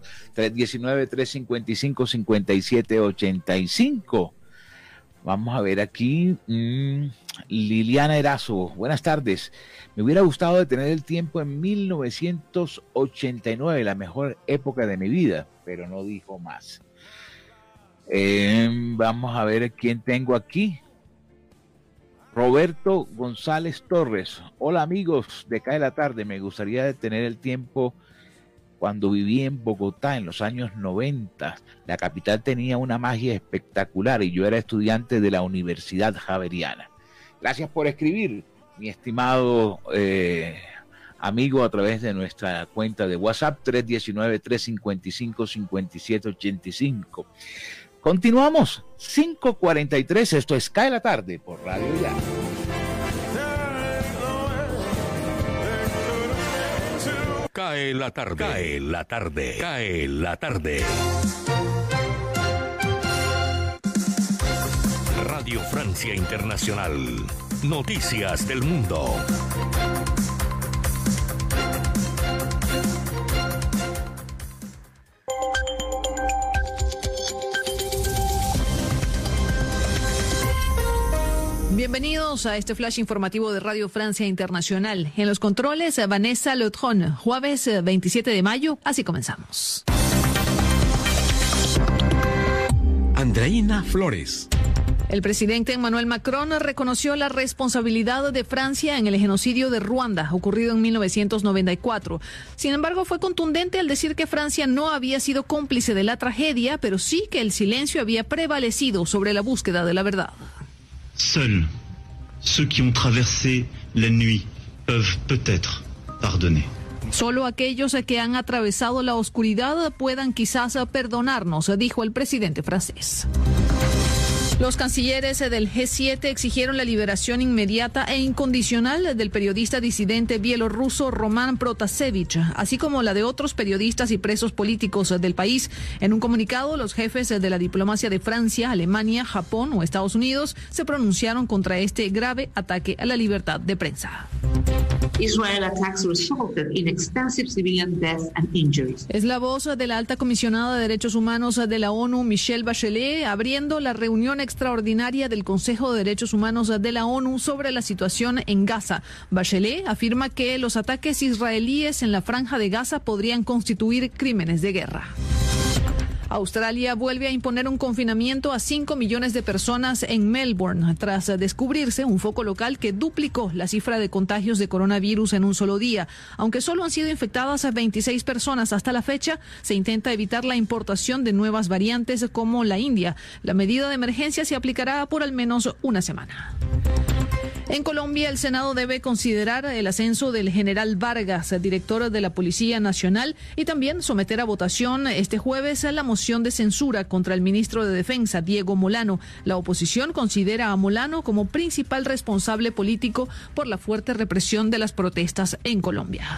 319-355-5785. Vamos a ver aquí, Liliana Erazo, buenas tardes. Me hubiera gustado detener el tiempo en 1989, la mejor época de mi vida, pero no dijo más. Vamos a ver quién tengo aquí. Roberto González Torres. Hola amigos de Cae la Tarde, me gustaría detener el tiempo cuando viví en Bogotá en los años 90. La capital tenía una magia espectacular y yo era estudiante de la Universidad Javeriana. Gracias por escribir, mi estimado amigo, a través de nuestra cuenta de WhatsApp 319-355-5785. Continuamos, 5:43, esto es Cae la Tarde por Radio Ya. Cae la tarde, cae la tarde, cae la tarde. Radio Francia Internacional. Noticias del mundo. Bienvenidos a este flash informativo de Radio Francia Internacional. En los controles, Vanessa Leutron, jueves 27 de mayo. Así comenzamos. Andreina Flores. El presidente Emmanuel Macron reconoció la responsabilidad de Francia en el genocidio de Ruanda, ocurrido en 1994. Sin embargo, fue contundente al decir que Francia no había sido cómplice de la tragedia, pero sí que el silencio había prevalecido sobre la búsqueda de la verdad. Seuls ceux qui ont traversé la nuit peuvent peut-être pardonner. Solo aquellos que han atravesado la oscuridad puedan quizás perdonarnos, dijo el presidente francés. Los cancilleres del G7 exigieron la liberación inmediata e incondicional del periodista disidente bielorruso Roman Protasevich, así como la de otros periodistas y presos políticos del país. En un comunicado, los jefes de la diplomacia de Francia, Alemania, Japón o Estados Unidos se pronunciaron contra este grave ataque a la libertad de prensa. Israel attacks resulted in extensive civilian deaths and injuries. Es la voz de la alta comisionada de Derechos Humanos de la ONU, Michelle Bachelet, abriendo la reunión extraordinaria del Consejo de Derechos Humanos de la ONU sobre la situación en Gaza. Bachelet afirma que los ataques israelíes en la franja de Gaza podrían constituir crímenes de guerra. Australia vuelve a imponer un confinamiento a 5 millones de personas en Melbourne tras descubrirse un foco local que duplicó la cifra de contagios de coronavirus en un solo día. Aunque solo han sido infectadas a 26 personas hasta la fecha, se intenta evitar la importación de nuevas variantes como la India. La medida de emergencia se aplicará por al menos una semana. En Colombia, el Senado debe considerar el ascenso del general Vargas, director de la Policía Nacional, y también someter a votación este jueves la moción de censura contra el ministro de Defensa, Diego Molano. La oposición considera a Molano como principal responsable político por la fuerte represión de las protestas en Colombia.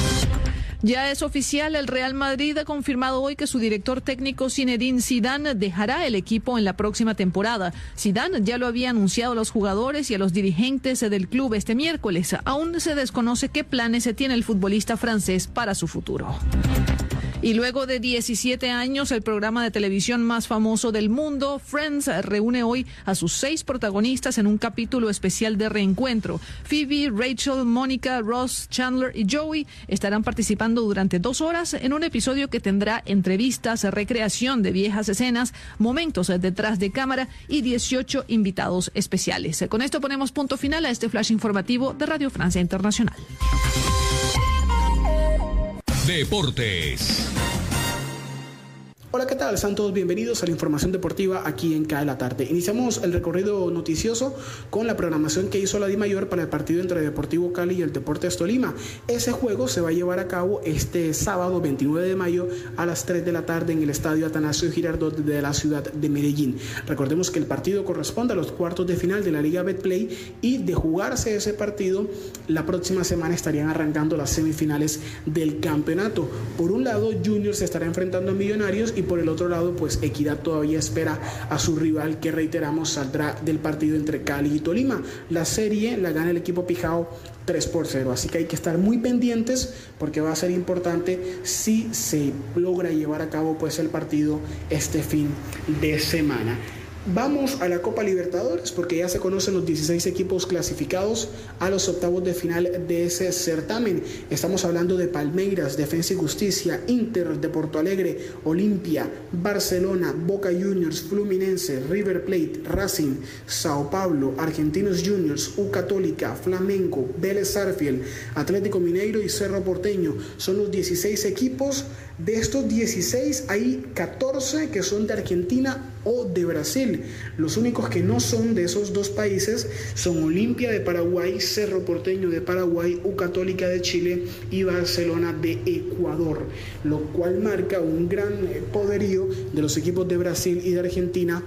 Ya es oficial, el Real Madrid ha confirmado hoy que su director técnico Zinedine Zidane dejará el equipo en la próxima temporada. Zidane ya lo había anunciado a los jugadores y a los dirigentes del club este miércoles. Aún se desconoce qué planes tiene el futbolista francés para su futuro. Y luego de 17 años, el programa de televisión más famoso del mundo, Friends, reúne hoy a sus 6 protagonistas en un capítulo especial de reencuentro. Phoebe, Rachel, Mónica, Ross, Chandler y Joey estarán participando durante 2 horas en un episodio que tendrá entrevistas, recreación de viejas escenas, momentos detrás de cámara y 18 invitados especiales. Con esto ponemos punto final a este flash informativo de Radio Francia Internacional. Deportes. Hola, ¿qué tal? Sean todos bienvenidos a la información deportiva aquí en CAE la tarde. Iniciamos el recorrido noticioso con la programación que hizo la DIMAYOR para el partido entre Deportivo Cali y el Deportes Tolima. Ese juego se va a llevar a cabo este sábado 29 de mayo a las 3 de la tarde en el estadio Atanasio Girardot de la ciudad de Medellín. Recordemos que el partido corresponde a los cuartos de final de la Liga Betplay y de jugarse ese partido, la próxima semana estarían arrancando las semifinales del campeonato. Por un lado, Junior se estará enfrentando a Millonarios y por el otro lado, pues Equidad todavía espera a su rival que, reiteramos, saldrá del partido entre Cali y Tolima. La serie la gana el equipo Pijao 3-0, así que hay que estar muy pendientes porque va a ser importante si se logra llevar a cabo pues el partido este fin de semana. Vamos a la Copa Libertadores porque ya se conocen los 16 equipos clasificados a los octavos de final de ese certamen. Estamos hablando de Palmeiras, Defensa y Justicia, Inter de Porto Alegre, Olimpia, Barcelona, Boca Juniors, Fluminense, River Plate, Racing, Sao Paulo, Argentinos Juniors, U Católica, Flamengo, Vélez Sarsfield, Atlético Mineiro y Cerro Porteño. Son los 16 equipos. De estos 16 hay 14 que son de Argentina o de Brasil. Los únicos que no son de esos dos países son Olimpia de Paraguay, Cerro Porteño de Paraguay, U Católica de Chile y Barcelona de Ecuador, lo cual marca un gran poderío de los equipos de Brasil y de Argentina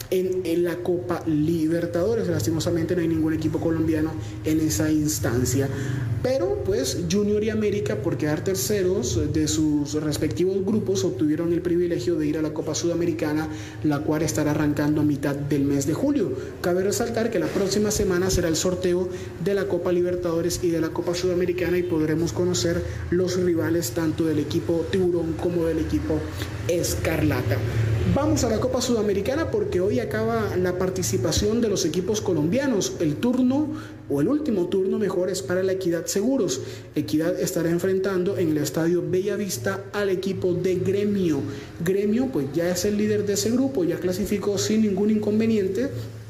en la Copa Libertadores. Lastimosamente no hay ningún equipo colombiano en esa instancia, pero pues Junior y América, por quedar terceros de sus respectivos grupos, obtuvieron el privilegio de ir a la Copa Sudamericana, la cual estará arrancando a mitad del mes de julio. Cabe resaltar que la próxima semana será el sorteo de la Copa Libertadores y de la Copa Sudamericana y podremos conocer los rivales tanto del equipo Tiburón como del equipo Escarlata. Vamos a la Copa Sudamericana porque hoy acaba la participación de los equipos colombianos. El turno, o el último turno mejor, es para la Equidad Seguros. Equidad estará enfrentando en el estadio Bellavista al equipo de Gremio. Gremio pues ya es el líder de ese grupo, ya clasificó sin ningún inconveniente.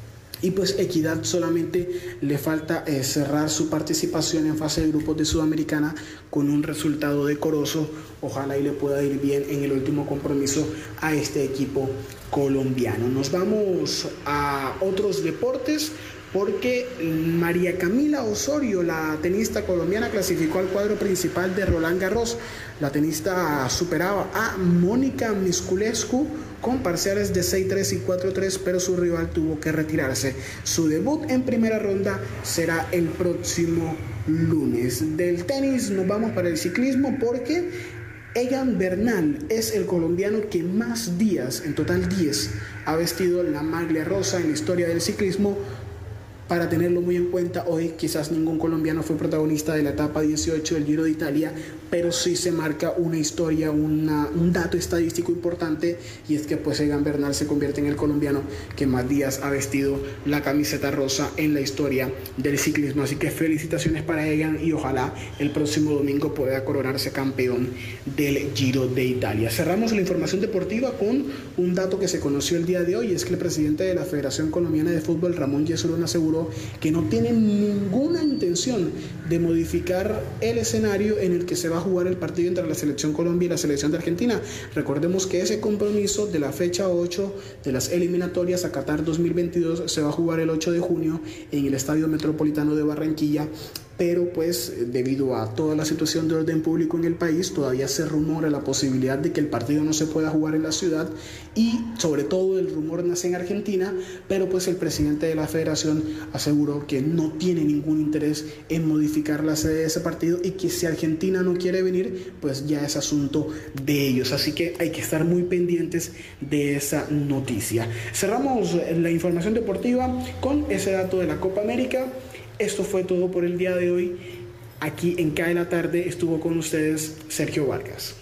Y pues Equidad solamente le falta cerrar su participación en fase de grupos de Sudamericana con un resultado decoroso. Ojalá y le pueda ir bien en el último compromiso a este equipo colombiano. Nos vamos a otros deportes porque María Camila Osorio, la tenista colombiana, clasificó al cuadro principal de Roland Garros. La tenista superaba a Mónica Misculescu con parciales de 6-3 y 4-3, pero su rival tuvo que retirarse. Su debut en primera ronda será el próximo lunes. Del tenis nos vamos para el ciclismo porque Egan Bernal es el colombiano que más días, en total 10, ha vestido la maglia rosa en la historia del ciclismo. Para tenerlo muy en cuenta, hoy quizás ningún colombiano fue protagonista de la etapa 18 del Giro de Italia, pero sí se marca una historia, un dato estadístico importante, y es que pues Egan Bernal se convierte en el colombiano que más días ha vestido la camiseta rosa en la historia del ciclismo. Así que felicitaciones para Egan y ojalá el próximo domingo pueda coronarse campeón del Giro de Italia. Cerramos la información deportiva con un dato que se conoció el día de hoy, es que el presidente de la Federación Colombiana de Fútbol, Ramón Yesurún, aseguró que no tiene ninguna intención de modificar el escenario en el que se va a jugar el partido entre la Selección Colombia y la Selección de Argentina. Recordemos que ese compromiso de la fecha 8 de las eliminatorias a Qatar 2022 se va a jugar el 8 de junio en el Estadio Metropolitano de Barranquilla, pero pues debido a toda la situación de orden público en el país todavía se rumora la posibilidad de que el partido no se pueda jugar en la ciudad, y sobre todo el rumor nace en Argentina, pero pues el presidente de la federación aseguró que no tiene ningún interés en modificar la sede de ese partido y que si Argentina no quiere venir pues ya es asunto de ellos, así que hay que estar muy pendientes de esa noticia. Cerramos la información deportiva con ese dato de la Copa América. Esto fue todo por el día de hoy. Aquí en CAE la Tarde estuvo con ustedes Sergio Vargas.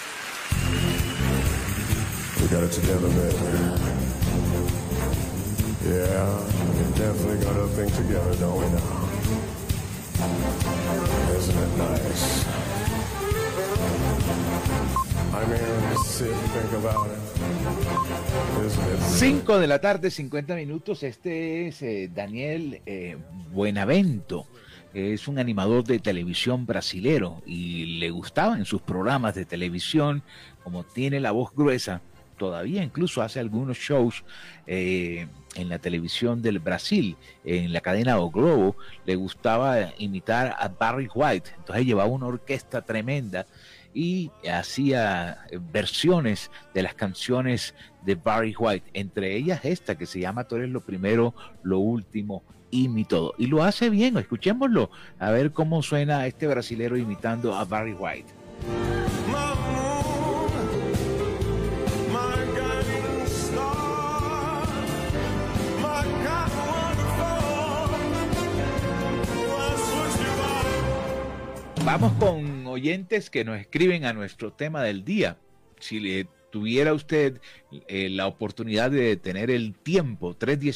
We got it together, baby. Yeah, we definitely got our thing together, don't we now? Isn't it nice? I mean, just sit and think about it. Isn't it? 5 de la tarde, 50 minutos. Este es Daniel Buenavento. Es un animador de televisión brasilero y le gustaba en sus programas de televisión, como tiene la voz gruesa, todavía incluso hace algunos shows en la televisión del Brasil, en la cadena O Globo. Le gustaba imitar a Barry White, entonces llevaba una orquesta tremenda y hacía versiones de las canciones de Barry White, entre ellas esta que se llama Tú eres lo primero, lo último y mi todo, y lo hace bien. Escuchémoslo a ver cómo suena este brasilero imitando a Barry White. Vamos con oyentes que nos escriben a nuestro tema del día. Si le tuviera usted la oportunidad de tener el tiempo,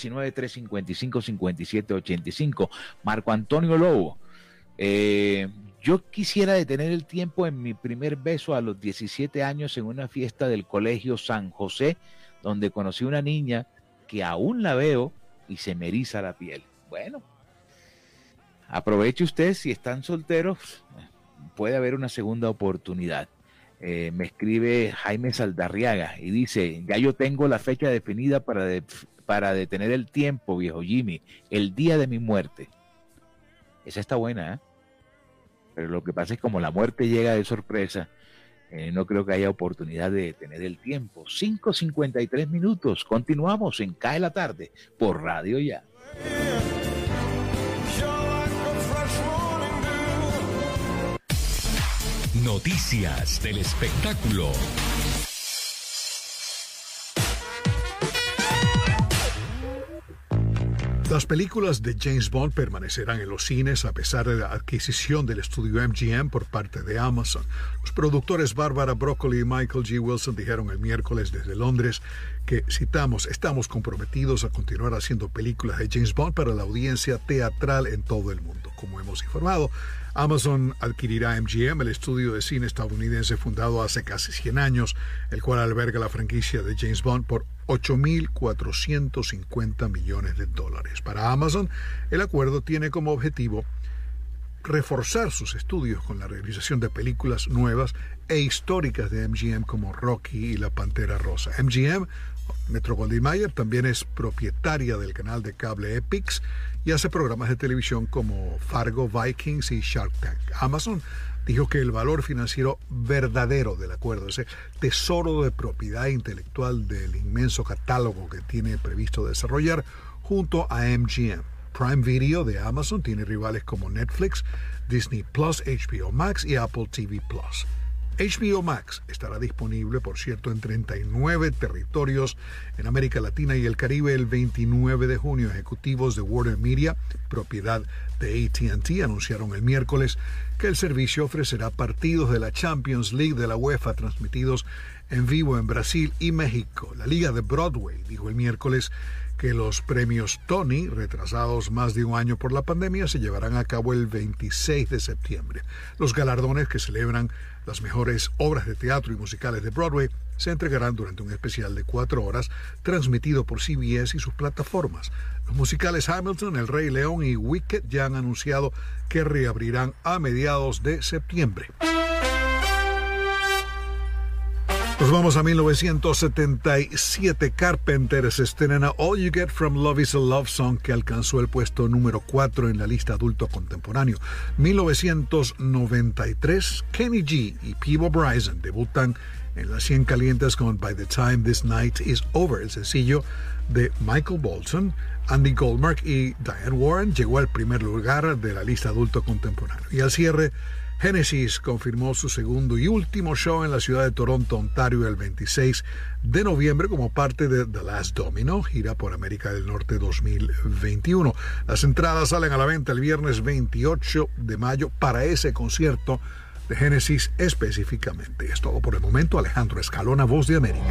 319-355-5785. Marco Antonio Lobo, yo quisiera detener el tiempo en mi primer beso a los 17 años en una fiesta del Colegio San José, donde conocí una niña que aún la veo y se me eriza la piel. Bueno, aproveche usted, si están solteros, puede haber una segunda oportunidad. Me escribe Jaime Saldarriaga y dice: ya yo tengo la fecha definida para detener el tiempo, viejo Jimmy, el día de mi muerte. Esa está buena, ¿eh? Pero lo que pasa es que como la muerte llega de sorpresa, no creo que haya oportunidad de detener el tiempo. 5:53 minutos, continuamos en CAE la Tarde por Radio Ya. Noticias del espectáculo. Las películas de James Bond permanecerán en los cines a pesar de la adquisición del estudio MGM por parte de Amazon. Los productores Barbara Broccoli y Michael G. Wilson dijeron el miércoles desde Londres que, citamos, estamos comprometidos a continuar haciendo películas de James Bond para la audiencia teatral en todo el mundo. Como hemos informado, Amazon adquirirá MGM, el estudio de cine estadounidense fundado hace casi 100 años, el cual alberga la franquicia de James Bond por $8.450 millones. Para Amazon, el acuerdo tiene como objetivo reforzar sus estudios con la realización de películas nuevas e históricas de MGM como Rocky y La Pantera Rosa. MGM, Metro-Goldwyn-Mayer, también es propietaria del canal de cable Epix y hace programas de televisión como Fargo, Vikings y Shark Tank. Amazon dijo que el valor financiero verdadero del acuerdo, ese tesoro de propiedad intelectual del inmenso catálogo que tiene previsto desarrollar junto a MGM. Prime Video de Amazon tiene rivales como Netflix, Disney Plus, HBO Max y Apple TV Plus. HBO Max estará disponible, por cierto, en 39 territorios en América Latina y el Caribe el 29 de junio. Ejecutivos de Warner Media, propiedad de AT&T, anunciaron el miércoles que el servicio ofrecerá partidos de la Champions League de la UEFA transmitidos en vivo en Brasil y México. La Liga de Broadway dijo el miércoles que los premios Tony, retrasados más de un año por la pandemia, se llevarán a cabo el 26 de septiembre. Los galardones, que celebran las mejores obras de teatro y musicales de Broadway, se entregarán durante un especial de 4 horas transmitido por CBS y sus plataformas. Los musicales Hamilton, El Rey León y Wicked ya han anunciado que reabrirán a mediados de septiembre. Nos vamos a 1977. Carpenters estrena All You Get From Love Is a Love Song, que alcanzó el puesto número 4 en la lista adulto contemporáneo. 1993, Kenny G y Peebo Bryson debutan en las 100 calientes con By the Time This Night Is Over. El sencillo de Michael Bolton, Andy Goldmark y Diane Warren llegó al primer lugar de la lista adulto contemporáneo. Y al cierre, Genesis confirmó su segundo y último show en la ciudad de Toronto, Ontario, el 26 de noviembre como parte de The Last Domino, gira por América del Norte 2021. Las entradas salen a la venta el viernes 28 de mayo para ese concierto de Genesis específicamente. Es todo por el momento. Alejandro Escalona, Voz de América.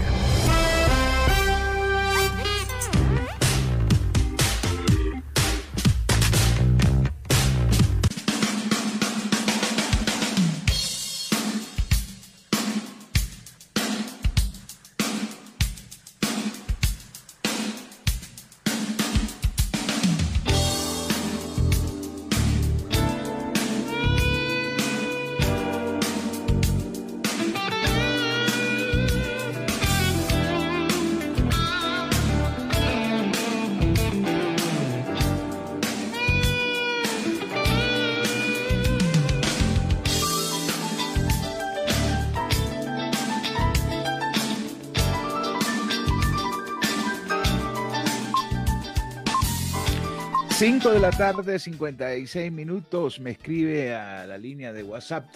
5 de la tarde, 56 minutos. Me escribe a la línea de WhatsApp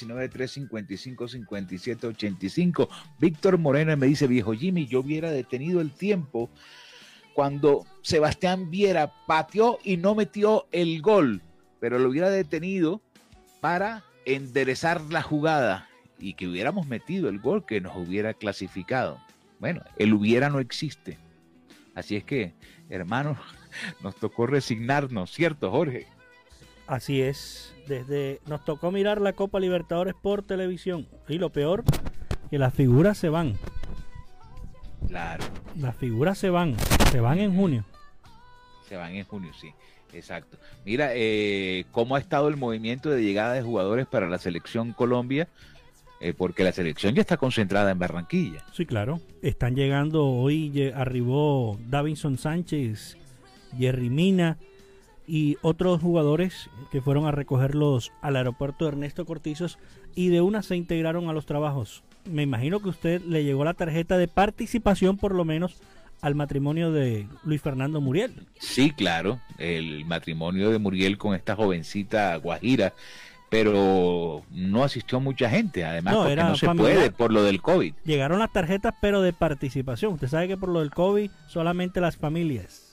319-355-5785. Víctor Moreno me dice: viejo Jimmy, yo hubiera detenido el tiempo cuando Sebastián Viera pateó y no metió el gol, pero lo hubiera detenido para enderezar la jugada y que hubiéramos metido el gol que nos hubiera clasificado. Bueno, el hubiera no existe. Así es que, hermanos, nos tocó resignarnos, ¿cierto, Jorge? Así es. Nos tocó mirar la Copa Libertadores por televisión. Y lo peor, que las figuras se van. Claro. Las figuras se van en junio. Se van en junio, sí, exacto. Mira, cómo ha estado el movimiento de llegada de jugadores para la selección Colombia, porque la selección ya está concentrada en Barranquilla. Sí, claro. Están llegando, hoy arribó Davinson Sánchez, Jerry Mina y otros jugadores que fueron a recogerlos al aeropuerto Ernesto Cortizos y de una se integraron a los trabajos. Me imagino que usted le llegó la tarjeta de participación por lo menos al matrimonio de Luis Fernando Muriel. Sí, claro, el matrimonio de Muriel con esta jovencita guajira, pero no asistió mucha gente, además porque no se puede por lo del COVID. Llegaron las tarjetas, pero de participación. Usted sabe que por lo del COVID solamente las familias.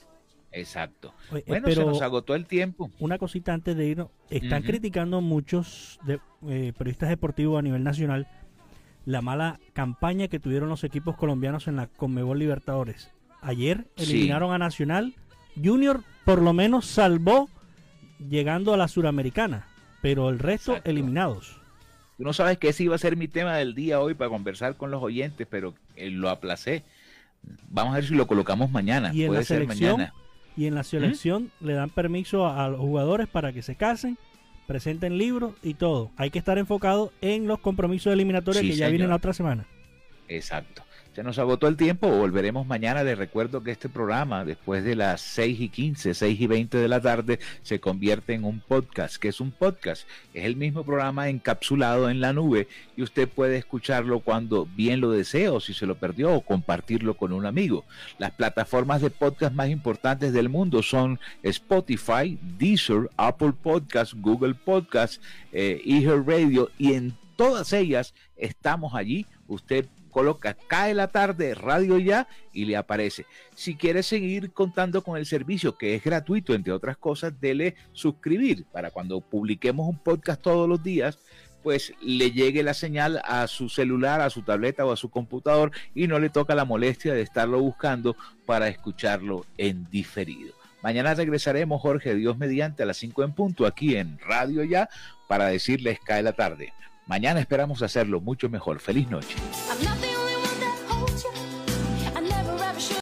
Exacto. Oye, bueno, pero se nos agotó el tiempo. Una cosita antes de irnos. Están criticando muchos periodistas deportivos a nivel nacional la mala campaña que tuvieron los equipos colombianos en la Conmebol Libertadores. Ayer eliminaron a Nacional. Junior por lo menos salvó llegando a la Suramericana, pero el resto eliminados. Tú no sabes que ese iba a ser mi tema del día hoy para conversar con los oyentes, pero lo aplacé. Vamos a ver si lo colocamos mañana. Y en puede la ser selección, mañana. Y en la selección le dan permiso a los jugadores para que se casen, presenten libros y todo. Hay que estar enfocado en los compromisos eliminatorios que ya vienen la otra semana. Exacto. Se nos agotó el tiempo, volveremos mañana. Les recuerdo que este programa, después de las 6:15, 6:20 de la tarde, se convierte en un podcast. ¿Qué es un podcast? Es el mismo programa encapsulado en la nube y usted puede escucharlo cuando bien lo desee o si se lo perdió o compartirlo con un amigo. Las plataformas de podcast más importantes del mundo son Spotify, Deezer, Apple Podcasts, Google Podcasts, iHeartRadio, y en todas ellas estamos allí. Usted coloca Cae la Tarde Radio Ya y le aparece. Si quiere seguir contando con el servicio, que es gratuito, entre otras cosas, dele suscribir para cuando publiquemos un podcast todos los días, pues le llegue la señal a su celular, a su tableta o a su computador y no le toca la molestia de estarlo buscando para escucharlo en diferido. Mañana regresaremos, Jorge, Dios mediante, a las 5 en punto aquí en Radio Ya para decirles Cae la Tarde. Mañana esperamos hacerlo mucho mejor. Feliz noche.